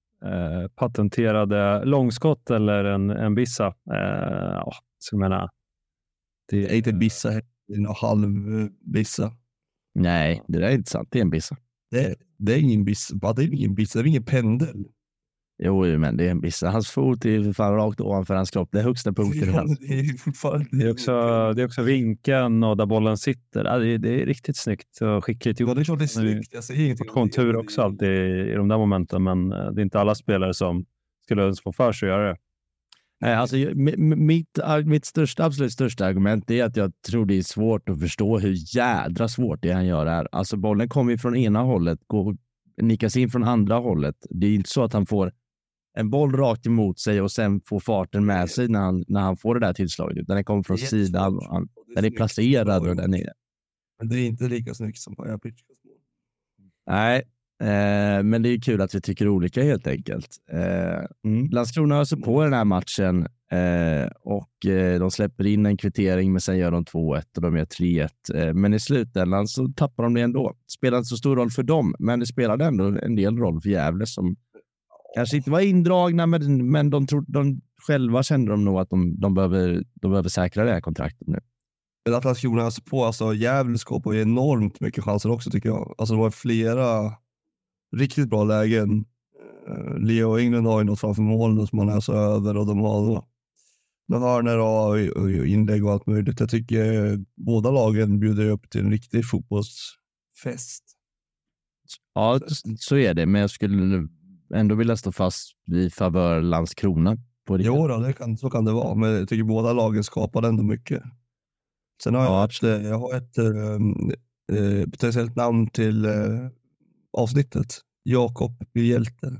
patenterade långskott eller en bissa. Så jag menar, det är inte bissa, det är en halv bissa. Nej, det där är inte sant, det är en bissa. Det är ingen bissa, det är ingen pendel. Jo, men det är en miss. Hans fot är för fan rakt ovanför hans kropp. Det är högsta punkten. Ja, det är fortfarande... Det är också vinkeln och där bollen sitter. Ja, det är riktigt snyggt och skickligt gjort. Ja, det är klart det är snyggt. Jag säger ingenting. Kontur också alltid i de där momenten, men det är inte alla spelare som skulle önska få för sig att göra det. Nej, alltså, mitt absolut största argument är att jag tror det är svårt att förstå hur jädra svårt det han gör här. Alltså bollen kommer ju från ena hållet, nickas in från andra hållet. Det är inte så att han får en boll rakt emot sig och sen får farten med sig när han får det där tillslaget. Utan den kommer från sidan. Den är placerad och den är... Men det är inte lika snyggt som på Jablitskas mål. Nej, men det är kul att vi tycker olika helt enkelt. Landskrona öser på den här matchen och de släpper in en kvittering, men sen gör de 2-1 och de gör 3-1. Men i slutändan så tappar de det ändå. Det spelar inte så stor roll för dem, men det spelade ändå en del roll för Gävle som kanske inte var indragna, men de själva kände de nog att de behöver säkra det här kontraktet nu. Men att Landskrona öser på, alltså Gävle skapar ju enormt mycket chanser också tycker jag. Alltså det var flera riktigt bra lägen. Leo England har ju något framför målen som man öser över och de har hörnor och inlägg och allt möjligt. Jag tycker båda lagen bjuder upp till en riktig fotbollsfest. Ja, så är det, men jag skulle ändå vilja stå fast vid favör Landskrona. Jo då, så kan det vara, men jag tycker båda lagen skapade ändå mycket. Sen har jag har ett potentiellt namn till avsnittet. Jakob blir hjälte.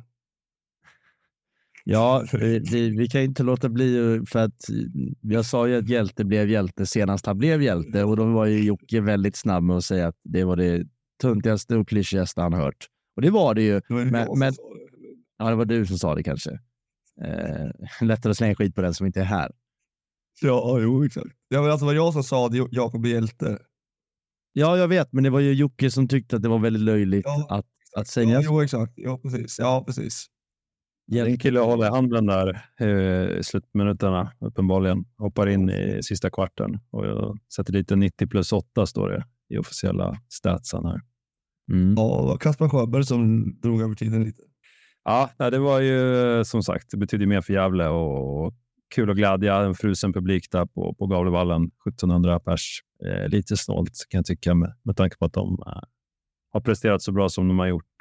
Ja, vi kan inte låta bli, för att jag sa ju att hjälte blev hjälte senast han blev hjälte, och då var ju Jocke väldigt snabb med att säga att det var det tuntigaste och klyschigaste han hört. Och det var det ju. Ja, det var du som sa det kanske. Lättare att slänga skit på den som inte är här. Ja, jo, exakt. Ja, men alltså var jag som sa det, Jakob blir hjälte. Ja, jag vet, men det var ju Jocke som tyckte att det var väldigt löjligt att säga. Jo, exakt. Ja, precis. En kille håller handen där i slutminuterna, uppenbarligen. Hoppar in i sista kvarten och jag sätter lite 90+8 står det i officiella statsen här. Ja, det var Kasper Sjöberg som drog över tiden lite. Ja, det var ju som sagt, det betyder mer för Gävle och kul och glädja. En frusen publik där på Gavlevallen, 1700 pers. Lite snålt kan jag tycka med tanke på att de har presterat så bra som de har gjort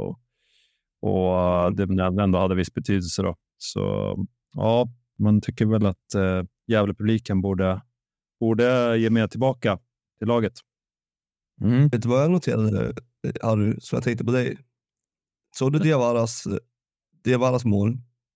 och det ändå hade viss betydelse då. Så ja, man tycker väl att Gävle-publiken borde ge mer tillbaka till laget. Vet du vad jag noterade, Harry, så jag tänkte på dig? Såg du Diawaras mål?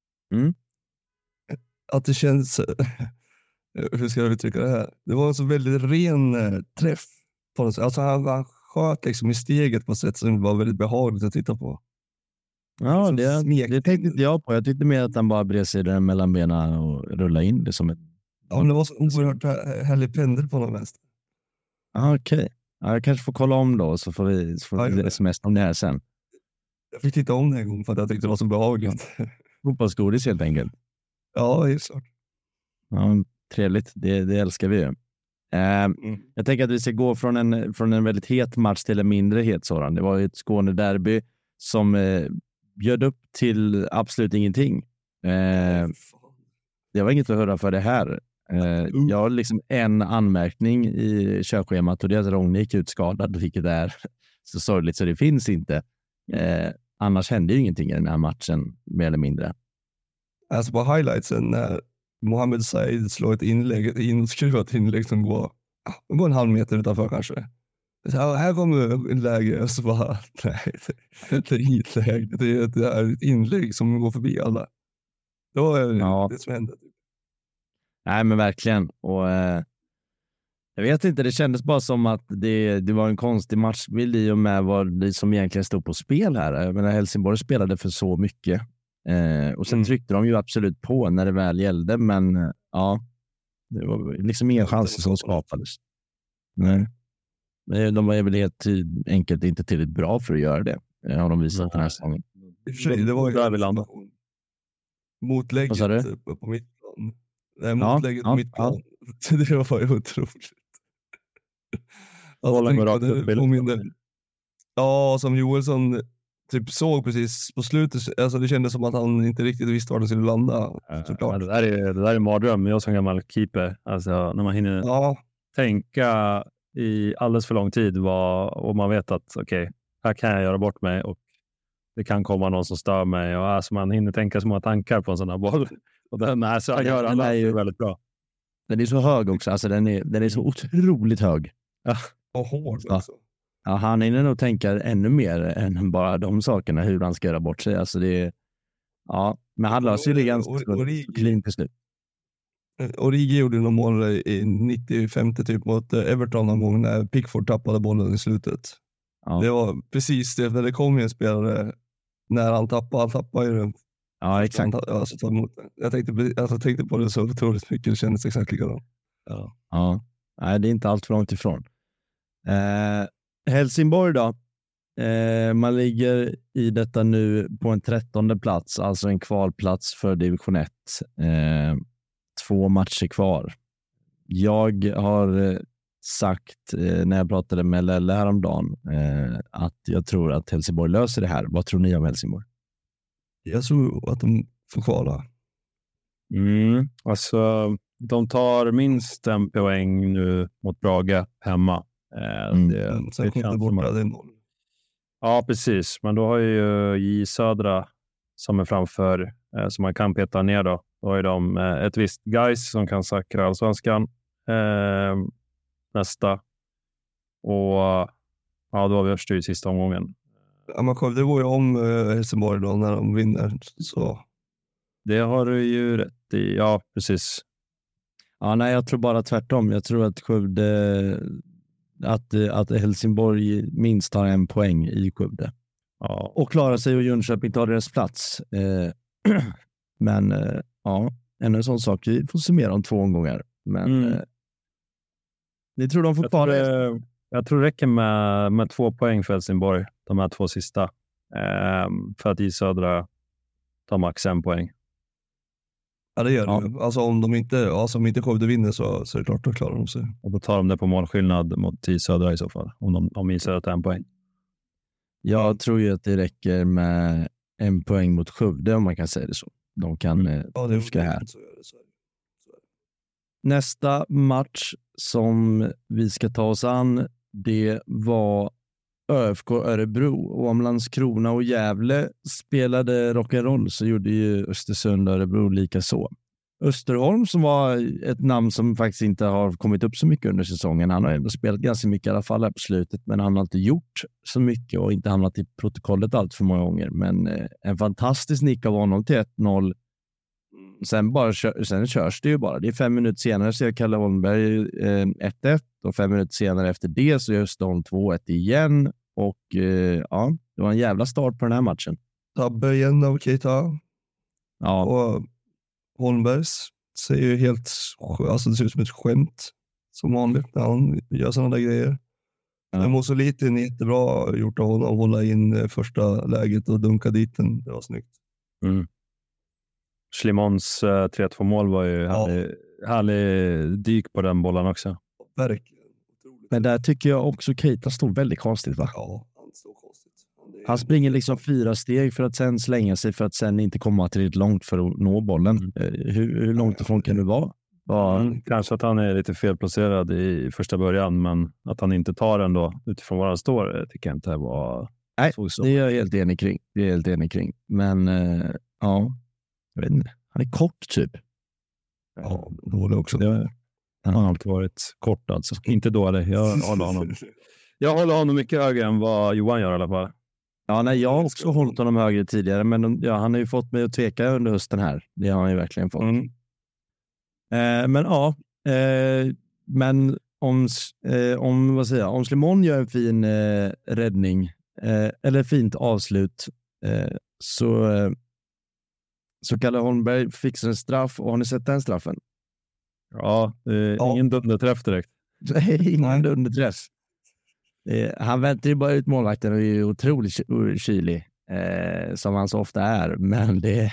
Att det känns... hur ska jag uttrycka det här? Det var en så väldigt ren träff. På något sätt. Alltså han sköt liksom i steget på ett sätt som var väldigt behagligt att titta på. Ja, det tänkte inte jag på. Jag tyckte mer att han bara bred sig där mellan benen och rullade in det som ett... Ja, men det var så oerhört härlig pendel på något vänster. Okej. Ja, jag kanske får kolla om då, så får vi sms om det här sen. Jag fick titta om det en gång för att jag tyckte det var så behagligt. Fotbollsgodis helt enkelt. Ja, det är klart. Ja, trevligt. Det älskar vi ju. Jag tänker att vi ska gå från en väldigt het match till en mindre het sådan. Det var ju ett Skånederby som bjöd upp till absolut ingenting. Det var inget att höra för det här. Jag har liksom en anmärkning i körschemat och det är att Rogne gick ut skadad, vilket är så sorgligt så det finns inte. Annars hände ju ingenting i den här matchen, mer eller mindre. Alltså på highlightsen när Mohamed Said slår ett inskruvat inlägg som går en halv meter utanför kanske. Så här kommer en läge och så bara, nej, det är inget läge. Det är ett inlägg som går förbi alla. Det var det som hände. Nej, men verkligen. Och jag vet inte, det kändes bara som att det var en konstig matchbild i och med vad det som egentligen stod på spel här. Jag menar, Helsingborg spelade för så mycket. Och sen tryckte de ju absolut på när det väl gällde, men ja, det var liksom inga chanser som skapades. Nej. Men de var väl helt enkelt inte tillräckligt bra för att göra det. Har de visat den här säsongen. I och för sig, det var ju överlandat. Motlägget på mittplan. Nej, motlägget på mittplan. Det var ju otroligt. Alltså, som Joelsson typ såg precis på slutet, alltså det kändes som att han inte riktigt visste var den skulle landa. Ja, det där är mardröm. Jag som gammal keeper. Alltså, när man hinner tänka i alldeles för lång tid och man vet att okej, här kan jag göra bort mig och det kan komma någon som stör mig. Och alltså, man hinner tänka så många tankar på en sån här boll. Och den här så gör alla är ju väldigt bra. Den är så hög också. Alltså den är så otroligt hög. Ja. Och hård också. Ja, han hinner nog tänka ännu mer än bara de sakerna, hur han ska göra bort sig. Alltså det är, ja, men han löser ju det ganska clean till slut. Origi gjorde någon mål i 95 typ mot Everton någon gång när Pickford tappade bollen i slutet. Ja. Det var precis det, när det kom en spelare när han tappade ju den. Ja, exakt. Jag tänkte på det så otroligt mycket, det kändes exakt likadant. Ja. Nej, det är inte allt för långt ifrån. Helsingborg då. Man ligger i detta nu på en 13:e plats, alltså en kvalplats för division 1. 2 matcher kvar. Jag har sagt när jag pratade med Lelle häromdagen att jag tror att Helsingborg löser det här. Vad tror ni om Helsingborg? Jag tror att de får kvala. Alltså, de tar minst en poäng nu mot Brage hemma. Sen kommer det borta det mål. Ja, precis. Men då har ju J Södra som är framför, som man kan peta ner då. Då har ju de ett visst guys som kan säkra allsvenskan nästa. Och ja, då har vi Öster i sista omgången. Ja, man det går ju om Helsingborg då när de vinner. Så. Det har du ju rätt i. Ja, precis. Ja, nej, jag tror bara tvärtom. Jag tror att Skövde, att Helsingborg minst har 1 poäng i Skövde. Ja. Och klarar sig och Jönköping tar deras plats. Men ja, en sån sak. Vi får summera om 2 omgångar. Men ni tror de får kvar det? Jag tror det räcker med 2 poäng för Helsingborg. De här 2 sista. För att i Södra tar max 1 poäng. Ja, det gör de. Alltså om de inte Skövde vinner så är det klart då klarar de sig. Och då tar de det på målskillnad mot i Södra i så fall. Om i Södra tar 1 poäng. Jag tror ju att det räcker med 1 poäng mot Skövde, om man kan säga det så. De kan det här. Nästa match som vi ska ta oss an, det var ÖFK Örebro. Och om Landskrona och Gävle spelade rock'n'roll så gjorde ju Östersund och Örebro lika så. Österholm, som var ett namn som faktiskt inte har kommit upp så mycket under säsongen. Han har ändå spelat ganska mycket i alla fall här på slutet, men han har inte gjort så mycket och inte hamnat i protokollet allt för många gånger. Men en fantastisk nick av honom till 1-0. Sen körs det ju bara. Det är 5 minuter senare så gör Kalle Holmberg 1-1 och 5 minuter senare efter det så gör Österholm 2-1 igen. Och ja, det var en jävla start på den här matchen. Tabbe igen av Keita. Ja. Och Holmbergs ser ju helt, alltså det ser ut som ett skämt som vanligt när han gör sådana där grejer. Ja. Men Mussolini är jättebra gjort av honom att hålla in första läget och dunka dit den. Det var snyggt. Schlimons 3-2-mål var ju härlig dyk på den bollen också. Verkligen. Men där tycker jag också Keita stod väldigt konstigt, va? Ja, han stod konstigt. Han springer liksom 4 steg för att sen slänga sig för att sen inte komma tillräckligt långt för att nå bollen. Hur långt ifrån kan det vara? Kanske att han är lite felplacerad i första början, men att han inte tar den då utifrån var han står tycker jag inte var... Nej, det är jag helt enig kring. Men ja, jag vet inte. Han är kort typ. Ja, dålig också. Han har alltid varit kort alltså. Inte dålig. Jag håller honom mycket högre än vad Johan gör i alla fall. Ja, nej, jag har också hållit honom högre tidigare, men han har ju fått mig att tveka under hösten här. Det har han ju verkligen fått. Men ja, men om Slimon gör en fin räddning eller fint avslut så Kalle Holmberg fixar en straff. Och har ni sett den straffen? Ja, ingen dunderträff direkt. Nej, ingen dunderträff. Han väntar ju bara ut målvakten och är ju otroligt kylig som han så ofta är. Men det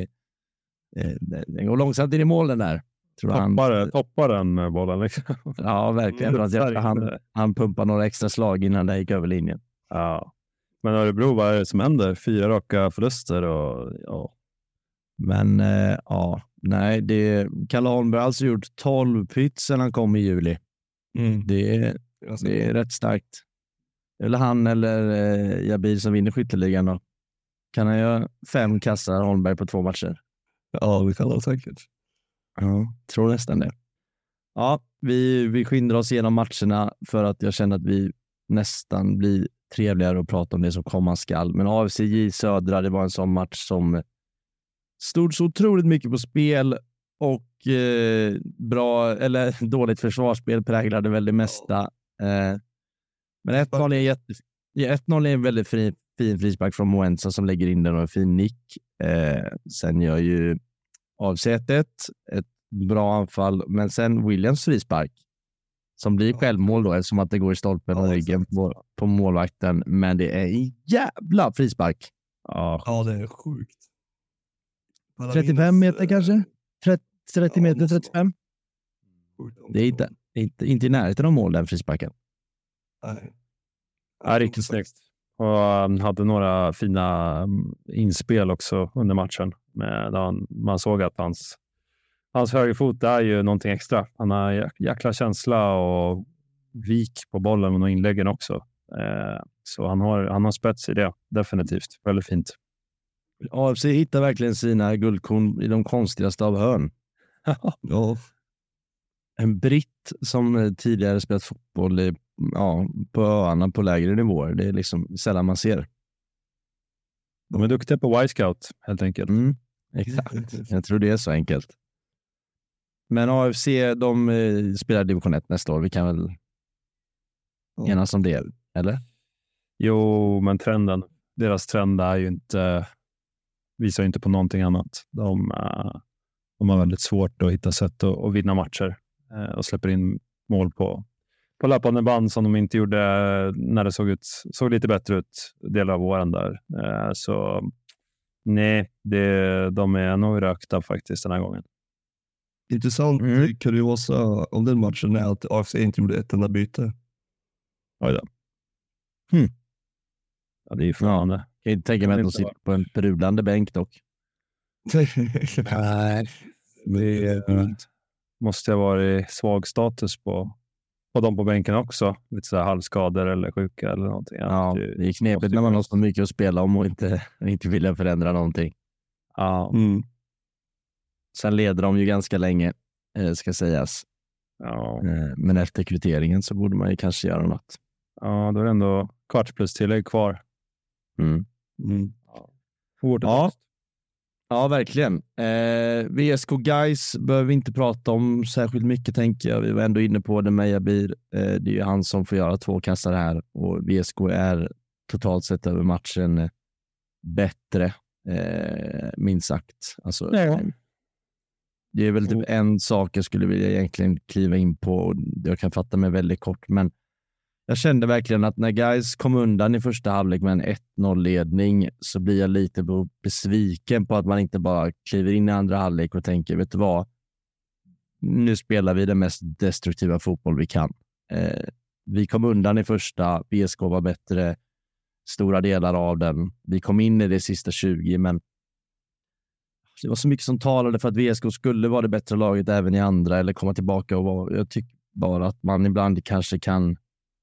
går långsamt in i målen där. Toppar den bollen liksom. Ja, verkligen. Han pumpar några extra slag innan det gick över linjen. Ja. Men Örebro, vad är det som händer? 4 raka förluster och ja. Men Kalle Holmberg har alltså gjort 12 pyts sedan han kom i juli. Det är rätt starkt. Eller han eller Jabir som vinner skytteligan då. Kan han göra 5 kassar Holmberg på 2 matcher? Ja, det kan han säkert. Ja, tror nästan det. Ja, vi skyndar oss igenom matcherna för att jag känner att vi nästan blir trevligare att prata om det som komma skall. Men AFC Södra, det var en sån match som stod så otroligt mycket på spel och bra eller dåligt försvarsspel präglade väl det mesta. Men 1-0 är en väldigt fin frispark från Moensa som lägger in den och en fin nick. Sen gör ju AFC ett bra anfall, men sen Williams frispark som blir självmål då, eftersom att det går i stolpen och ryggen på målvakten. Men det är en jävla frispark. Ja, det är sjukt. 35 meter kanske? 30 meter, 35? Det är inte i närheten av mål, den frisparken. Nej. Ja, riktigt snyggt. Och han hade några fina inspel också under matchen. Man såg att hans högerfot är ju någonting extra. Han har jäkla känsla och vik på bollen och inläggen också. Så han har spets i det, definitivt. Väldigt fint. AFC hittar verkligen sina guldkorn i de konstigaste av hörn. Ja. En britt som tidigare spelat fotboll på öarna på lägre nivåer. Det är liksom sällan man ser. De är duktiga på Y-scout, helt enkelt. Exakt. Jag tror det är så enkelt. Men AFC, de spelar division 1 nästa år. Vi kan väl enas om det, eller? Jo, men deras trend är ju inte, visar ju inte på någonting annat. De har väldigt svårt att hitta sätt att vinna matcher och släpper in mål på löpande band som de inte gjorde när det såg lite bättre ut delar av åren där. Så nej, de är nog rökta faktiskt den här gången. Intressant kuriosa om den matchen är att AFC inte gjorde ett enda byte. Oj då. Ja, det är ju förvånande. Jag kan inte tänka mig att de sitter på en brudlande bänk dock. Nej, det måste ha varit svag status på dem på bänken också. Lite så här halvskador eller sjuka eller någonting. Ja, det är knepigt när man har så mycket att spela om och inte vill förändra någonting. Ja. Sen leder de ju ganska länge, ska sägas. Ja. Men efter kvitteringen så borde man ju kanske göra något. Ja, då är det ändå kvarts plus tillägg kvar. Ja, verkligen. VSK Guys behöver vi inte prata om särskilt mycket, tänker jag. Vi var ändå inne på det med Jabir. Det är ju han som får göra 2 kassar här. Och VSK är totalt sett över matchen bättre, minst sagt. Alltså, det är väl typ en sak jag skulle vilja egentligen kliva in på. Jag kan fatta mig väldigt kort, men jag kände verkligen att när Guys kom undan i första halvlek med en 1-0-ledning så blir jag lite besviken på att man inte bara kliver in i andra halvlek och tänker, vet du vad? Nu spelar vi den mest destruktiva fotboll vi kan. Vi kom undan i första, VSK var bättre stora delar av den. Vi kom in i det sista 20, men det var så mycket som talade för att VSK skulle vara det bättre laget även i andra eller komma tillbaka och vara. Jag tycker bara att man ibland kanske kan.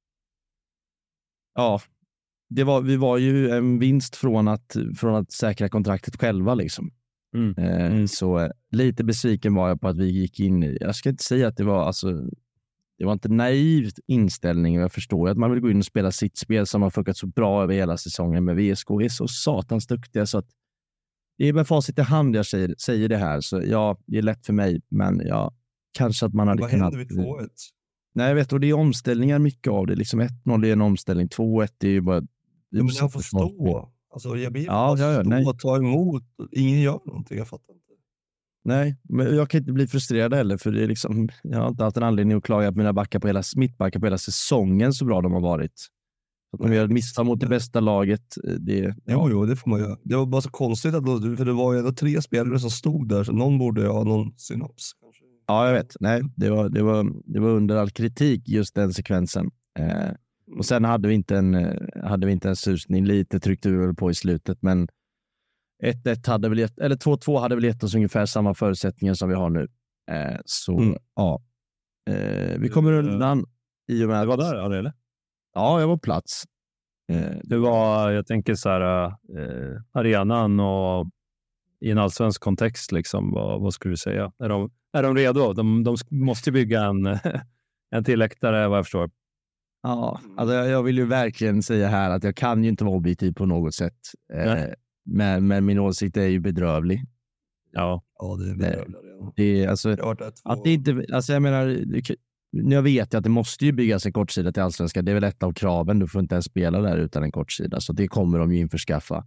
Ja, vi var ju en vinst från att säkra kontraktet själva liksom. Så lite besviken var jag på att vi gick in i. Jag ska inte säga att det var inte naivt inställning. Jag förstår att man vill gå in och spela sitt spel som har funkat så bra över hela säsongen, med VSK är så satans duktiga så att det är med facit i hand jag säger det här. Så ja, det är lätt för mig, men ja, kanske att man hade kunnat. Vad hände vid 2-1? Nej, jag vet, och det är omställningar mycket av det. Liksom 1-0 är en omställning, 2-1 är ju bara. Ja, men jag får stå. Alltså, jag blir stå, ta emot. Ingen gör någonting, jag fattar inte. Nej, men jag kan inte bli frustrerad heller, för det är liksom, jag har inte haft en anledning att klaga på mina mittbackar på hela säsongen så bra de har varit. Att de gör ett misstag mot det bästa laget. Jo, det får man göra. Det var bara så konstigt för det var ju ändå 3 spelare som stod där, så någon borde ha någon synops kanske. Ja, jag vet. Nej, det var under all kritik just den sekvensen. Och sen hade vi inte en susning. Lite tryckte vi väl på i slutet, men 1-1 hade väl eller 2-2 hade väl gett oss ungefär samma förutsättningar som vi har nu. Ja. Vi kommer undan i och med Du var där, eller? Ja, jag var på plats. Det var, jag tänker så här, arenan och i en allsvensk kontext, liksom, vad skulle du säga? Är de redo? De måste bygga en till läktare, vad jag förstår. Ja, alltså jag vill ju verkligen säga här att jag kan ju inte vara objektiv på något sätt. Men min åsikt är ju bedrövlig. Ja, det är bedrövligt. Det är alltså att det inte, alltså jag menar, jag vet att det måste ju byggas en kortsida till allsvenskan. Det är väl ett av kraven. Du får inte ens spela där utan en kortsida, så det kommer de ju införskaffa.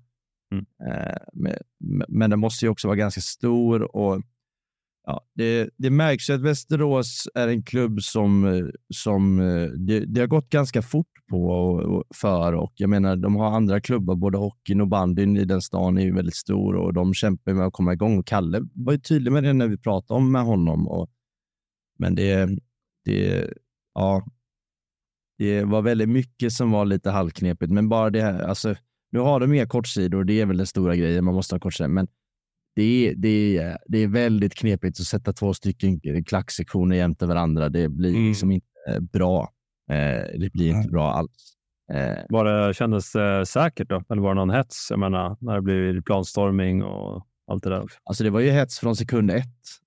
Men det måste ju också vara ganska stor, och ja, det märks att Västerås är en klubb som det har gått ganska fort på och jag menar, de har andra klubbar, både hockeyn och bandyn i den stan är ju väldigt stor, och de kämpar med att komma igång, och Kalle var ju tydlig med det när vi pratade om med honom, men det var väldigt mycket som var lite halvknepigt, men bara det här, alltså nu har de mer kortsidor, det är väl den stora grejen, man måste ha kortsidor, men det är väldigt knepigt att sätta 2 stycken klacksektioner jämte varandra. Det blir liksom inte bra. Det blir inte bra alls. Kändes det säkert då? Eller var det någon hets? Jag menar, när det blir planstorming och allt det där. Alltså det var ju hets från sekund 1.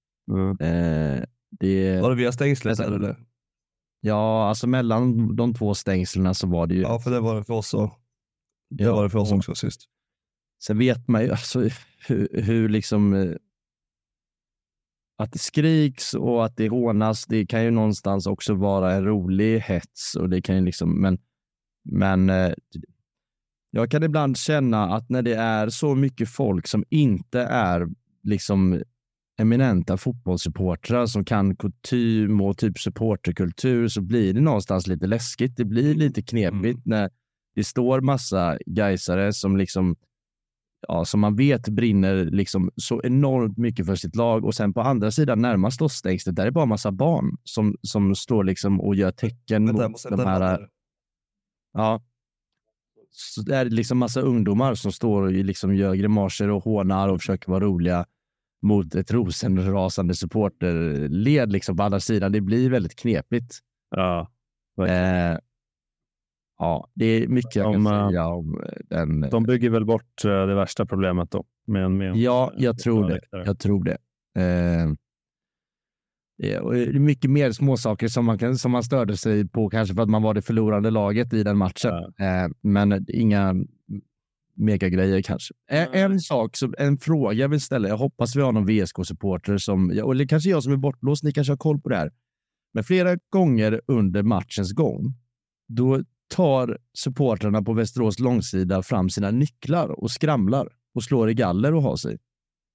Var det via stängslet eller? Ja, alltså mellan de 2 stängslerna så var det ju... Ja, för det var det för oss så. Det var det för oss också sist. Sen vet man ju alltså hur liksom att det skriks och att det hånas, det kan ju någonstans också vara en rolig hets, och det kan ju liksom, men jag kan ibland känna att när det är så mycket folk som inte är liksom eminenta fotbollssupportrar som kan kutym och typ supporterkultur, så blir det någonstans lite läskigt. Det blir lite knepigt när det står massa gaisare som liksom, ja, som man vet brinner liksom så enormt mycket för sitt lag, och sen på andra sidan närmast oss stängslet, där är bara massa barn som står liksom och gör tecken mot de här. Ja. Så det är liksom massa ungdomar som står och liksom gör grimaser och hånar och försöker vara roliga mot ett rosenrasande supporterled liksom på andra sidan. Det blir väldigt knepigt. Ja. Ja, det är mycket jag kan säga om den. De bygger väl bort det värsta problemet då? Ja, jag tror det. Det är mycket mer småsaker som man störde sig på, kanske för att man var det förlorande laget i den matchen. Men inga megagrejer kanske. En fråga jag vill ställa. Jag hoppas vi har någon VSK-supporter eller kanske jag som är bortblåst, ni kanske har koll på det här. Men flera gånger under matchens gång, då tar supportrarna på Västerås långsida fram sina nycklar och skramlar och slår i galler och har sig.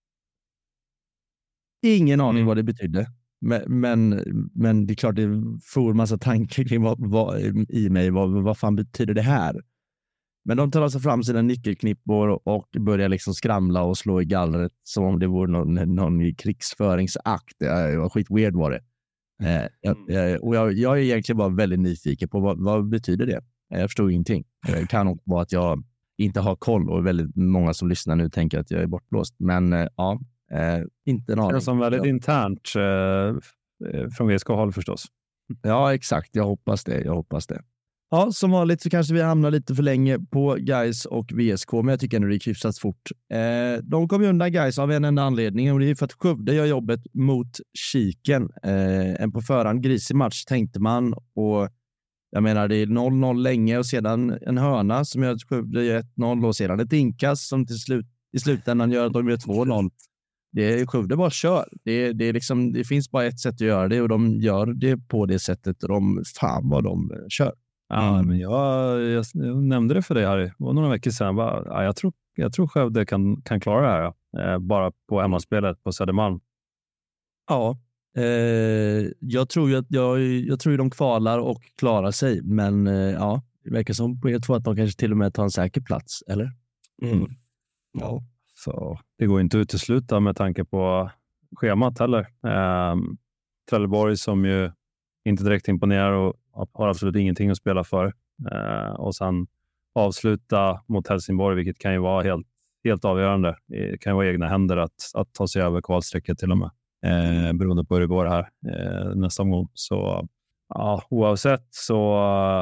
Ingen aning vad det betydde. Men det är klart det får en massa tankar kring vad fan betyder det här? Men de tar alltså fram sina nyckelknippor och börjar liksom skramla och slå i gallret som om det vore någon krigsföringsakt. Det var skitweird var det. Jag är egentligen bara väldigt nyfiken på vad betyder det. Jag förstår ingenting. Det kan också vara att jag inte har koll, och väldigt många som lyssnar nu tänker att jag är bortblåst. Men inte en aning. Det är som väldigt internt från VSK-håll förstås. Ja, exakt. Jag hoppas det. Ja, som vanligt så kanske vi hamnar lite för länge på Gais och VSK, men jag tycker ändå det gick hyfsat fort. De kom ju undan Gais av en enda anledning, och det är för att Skövde gör jobbet mot Kiken. En på förhand grisig match tänkte man, och jag menar det är 0-0 länge och sedan en hörna som gör att Skövde gör 1-0 och sedan ett inkast som i slutändan gör att de gör 2-0. Skövde bara kör. Det är liksom, det finns bara ett sätt att göra det, och de gör det på det sättet, och fan vad de kör. Ja, men jag nämnde det för dig, Harry. Det var några veckor sedan. Jag tror Skövde kan klara det här. Bara på hemmaspelet på Södermalm. Ja, jag tror ju de kvalar och klarar sig. Men ja, det verkar som på två att de kanske till och med tar en säker plats, eller? Ja, så det går inte att utesluta med tanke på schemat heller. Trelleborg som ju inte direkt imponerar, och har absolut ingenting att spela för. Och sen avsluta mot Helsingborg, vilket kan ju vara helt avgörande. Det kan ju vara egna händer att ta sig över kvalstrecket till och med. Beroende på hur det går här nästa omgång. Så ja, oavsett så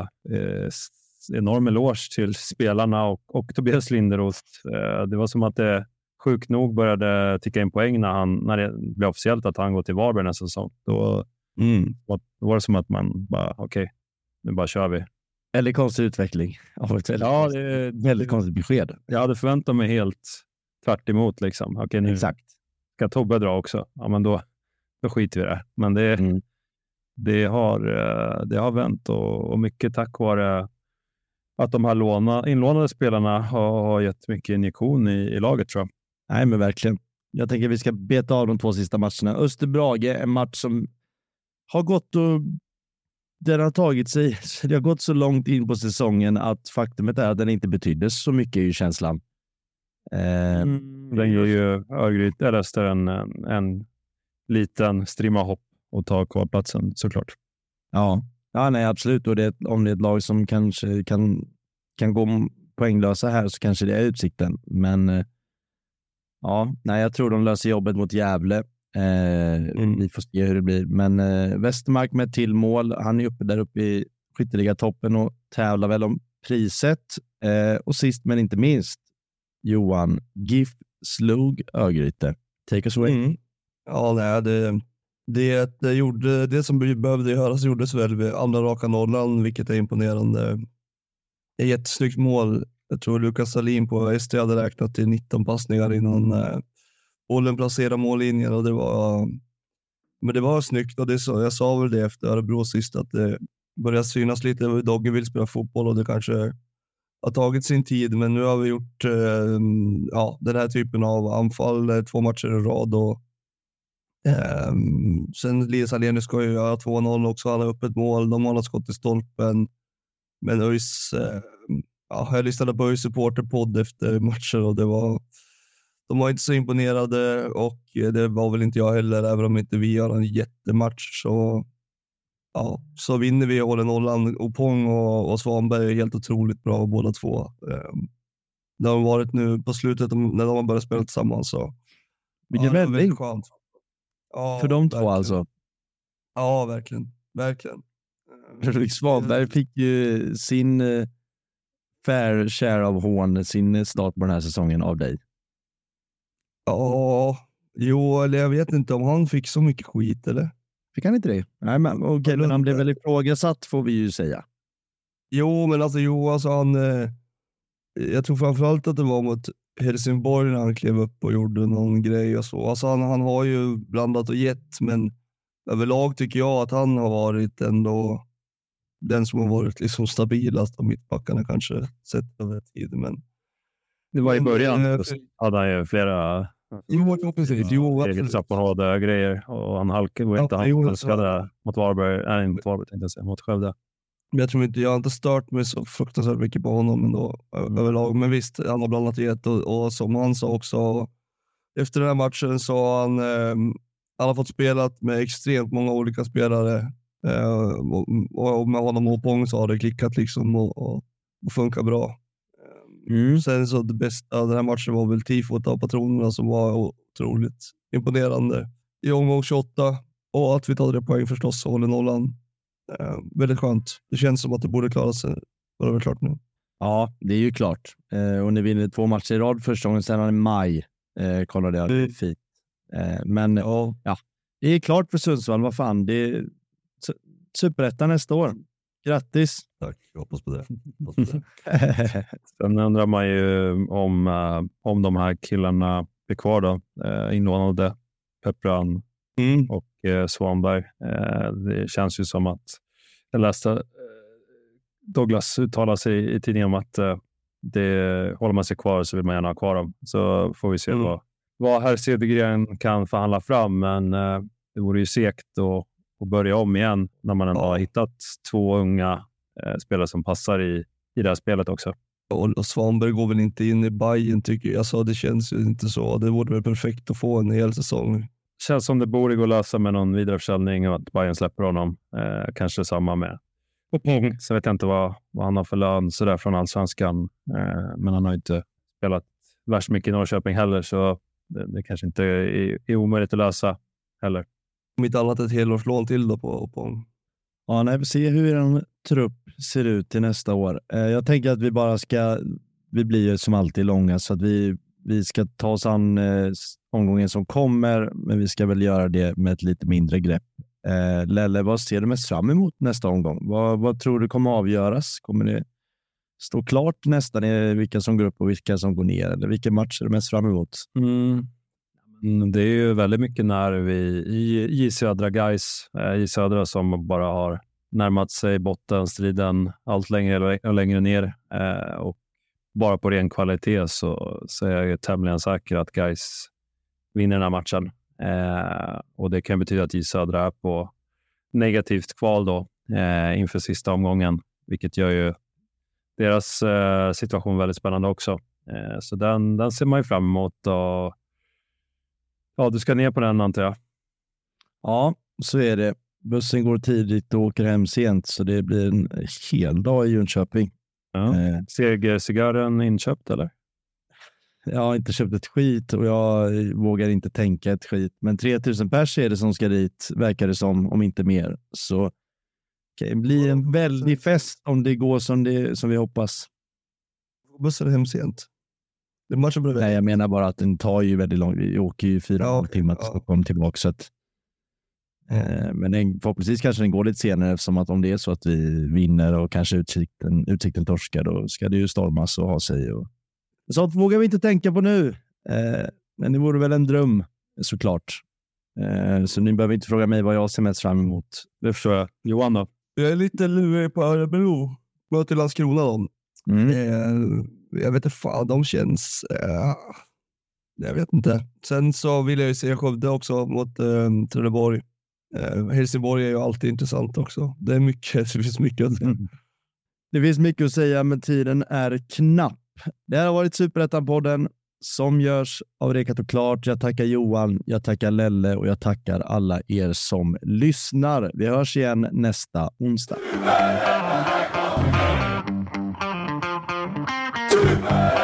enorm eloge till spelarna och Tobias Linderoth. Det var som att det sjukt nog började ticka in poäng när det blev officiellt att han går till Varberg nästa säsong. Då var det som att man bara okej, nu bara kör vi. Eller konstig utveckling. Väldigt konstigt besked. Jag hade förväntat mig helt tvärt emot liksom. Okej, nu Exakt. ska Tobbe dra också. Ja, men då skiter vi det. Men det har vänt och mycket tack vare att de här inlånade spelarna har gett mycket injektion i laget, tror jag. Nej, men verkligen. Jag tänker att vi ska beta av de 2 sista matcherna. Österbrage, en match som har gått och den har tagit sig. Det har gått så långt in på säsongen att faktumet är att den inte betydde så mycket i känslan. Den gör ju Örgryte eller en liten strimma hopp och ta kvalplatsen såklart. Ja, nej, absolut. Och om det är ett lag som kanske kan gå poänglösa här så kanske det är Utsikten. Men jag tror de löser jobbet mot Gävle. Vi får se hur det blir. Men Westermark med till mål. Han är där uppe i skytteligatoppen och tävlar väl om priset. Och sist men inte minst, Johan, GIF slog Örgryte. Take us away. Ja, nej, det som behövde göras gjordes väl vid andra raka nollan, vilket är imponerande. Ett jättesnyggt mål. Jag tror Lukas Salin på ST hade räknat till 19 passningar innan bollen placerade mållinjen, och det var snyggt, och jag sa väl det efter Örebro sist att det börjar synas lite hur Dogge vill spela fotboll, och det kanske har tagit sin tid, men nu har vi gjort den här typen av anfall 2 matcher i rad, och sen Linus Alenius ska ju göra 2-0 också. Han har upp ett mål, de har något skott i stolpen, men ÖIS jag lyssnade på ÖIS supporterpodd efter matchen, och de var inte så imponerade, och det var väl inte jag heller, även om inte vi gör en jättematch. Så vinner vi och håller nollan. Opong och Svanberg är helt otroligt bra båda två. Det har varit nu på slutet när de har börjat spela tillsammans. Vilken vändning skönt. för de två alltså. Ja, verkligen. Ludvig Svanberg fick ju sin fair share av hån, sin start på den här säsongen av dig. Eller jag vet inte om han fick så mycket skit, eller? Fick han inte det? Nej, men okej, men han blev väl ifrågasatt, får vi ju säga. Han... jag tror framförallt att det var mot Helsingborg när han klev upp och gjorde någon grej och så. Alltså han har ju blandat och gett, men överlag tycker jag att han har varit ändå den som har varit liksom stabilast av mittbackarna, kanske sett över tid. Men det var i början. Hade han ju flera egenskaper grejer, och han halkade mot Varberg. Nej, mot Varberg tänkte jag säga, mot Skövde. Jag har inte stört mig så fruktansvärt mycket på honom ändå, överlag. Men visst, han har blandat gett, och som han sa också efter den här matchen, så han har fått spelat med extremt många olika spelare, och med honom och Pong så har det klickat liksom och funkar bra. Sen så det bästa av den här matchen var väl tifot av patronerna, som var otroligt imponerande i omgång 28, och att vi tar 3 poäng förstås och håller nollan. Väldigt skönt. Det känns som att det borde klara sig. Var det väl klart nu? Ja, det är ju klart. Och ni vinner 2 matcher i rad första gången sedan i maj. Kollade jag. Det är fint. Men det är klart för Sundsvall. Vad fan, det är Superettan nästa år. Grattis. Tack, jag hoppas på det. Sen undrar man ju om de här killarna är kvar då. Inlånade Peppran och Svanberg. Det känns ju som att jag läste Douglas uttala sig i tidningen om att det håller man sig kvar så vill man gärna ha kvar dem. Så får vi se vad herr Cedergren kan förhandla fram, men det vore ju segt att börja om igen när man ändå har hittat 2 unga spelare som passar i det här spelet också. Och Svanberg går väl inte in i Bayern, tycker jag. Alltså, det känns ju inte så. Det vore väl perfekt att få en hel säsong. Känns som det borde gå att lösa med någon vidareförsäljning och att Bayern släpper honom. Kanske samma med Så vet jag inte vad han har för lön så där från Allsvenskan. Men han har inte spelat värst mycket i Norrköping heller, så det kanske inte är omöjligt att lösa heller. Om inte annat ett helårslån till då på. Ja, nej, vi ser hur en trupp ser ut till nästa år. Jag tänker att vi blir som alltid långa, så att vi ska ta oss an omgången som kommer, men vi ska väl göra det med ett lite mindre grepp. Lelle, vad ser du mest fram emot nästa omgång? Vad tror du kommer avgöras? Kommer det stå klart nästan vilka som går upp och vilka som går ner? Eller vilka matcher är du mest fram emot? Det är ju väldigt mycket när vi i Södra Guys, i Södra som bara har närmat sig bottenstriden allt längre och längre ner. Och bara på ren kvalitet så är jag ju tämligen säker att Guys vinner den här matchen. Och det kan betyda att i Södra är på negativt kval då inför sista omgången, vilket gör ju deras situation väldigt spännande också. Så den ser man ju fram emot. Och ja, du ska ner på den antar jag. Ja, så är det. Bussen går tidigt och åker hem sent, så det blir en hel dag i Jönköping. Ja. Segercigarren inköpt eller? Jag har inte köpt ett skit och jag vågar inte tänka ett skit. Men 3000 pers är det som ska dit, verkar det som, om inte mer. Så det kan bli en väldig fest om det går som vi hoppas. Bussen är hem sent. Det är matchen bredvid. Nej, jag menar bara att den tar ju väldigt långt. Vi åker ju 4 timmar till Stockholm tillbaka. Så att, men förhoppningsvis kanske den går lite senare, eftersom att om det är så att vi vinner och kanske utsikten torskar, då ska det ju stormas och ha sig. Och sånt vågar vi inte tänka på nu. Men det vore väl en dröm, såklart. Så ni behöver inte fråga mig vad jag ser mest fram emot. Det förstår jag. Johan då? Jag är lite lurig på Örebro. Gå till Landskrona då. Jag vet inte fan, de känns... jag vet inte. Sen så vill jag ju se Skövde också mot Trelleborg. Helsingborg är ju alltid intressant också. Det finns mycket att säga. Det finns mycket att säga, men tiden är knapp. Det här har varit Superettan-podden som görs av Rekat och Klart. Jag tackar Johan, jag tackar Lelle och jag tackar alla er som lyssnar. Vi hörs igen nästa onsdag.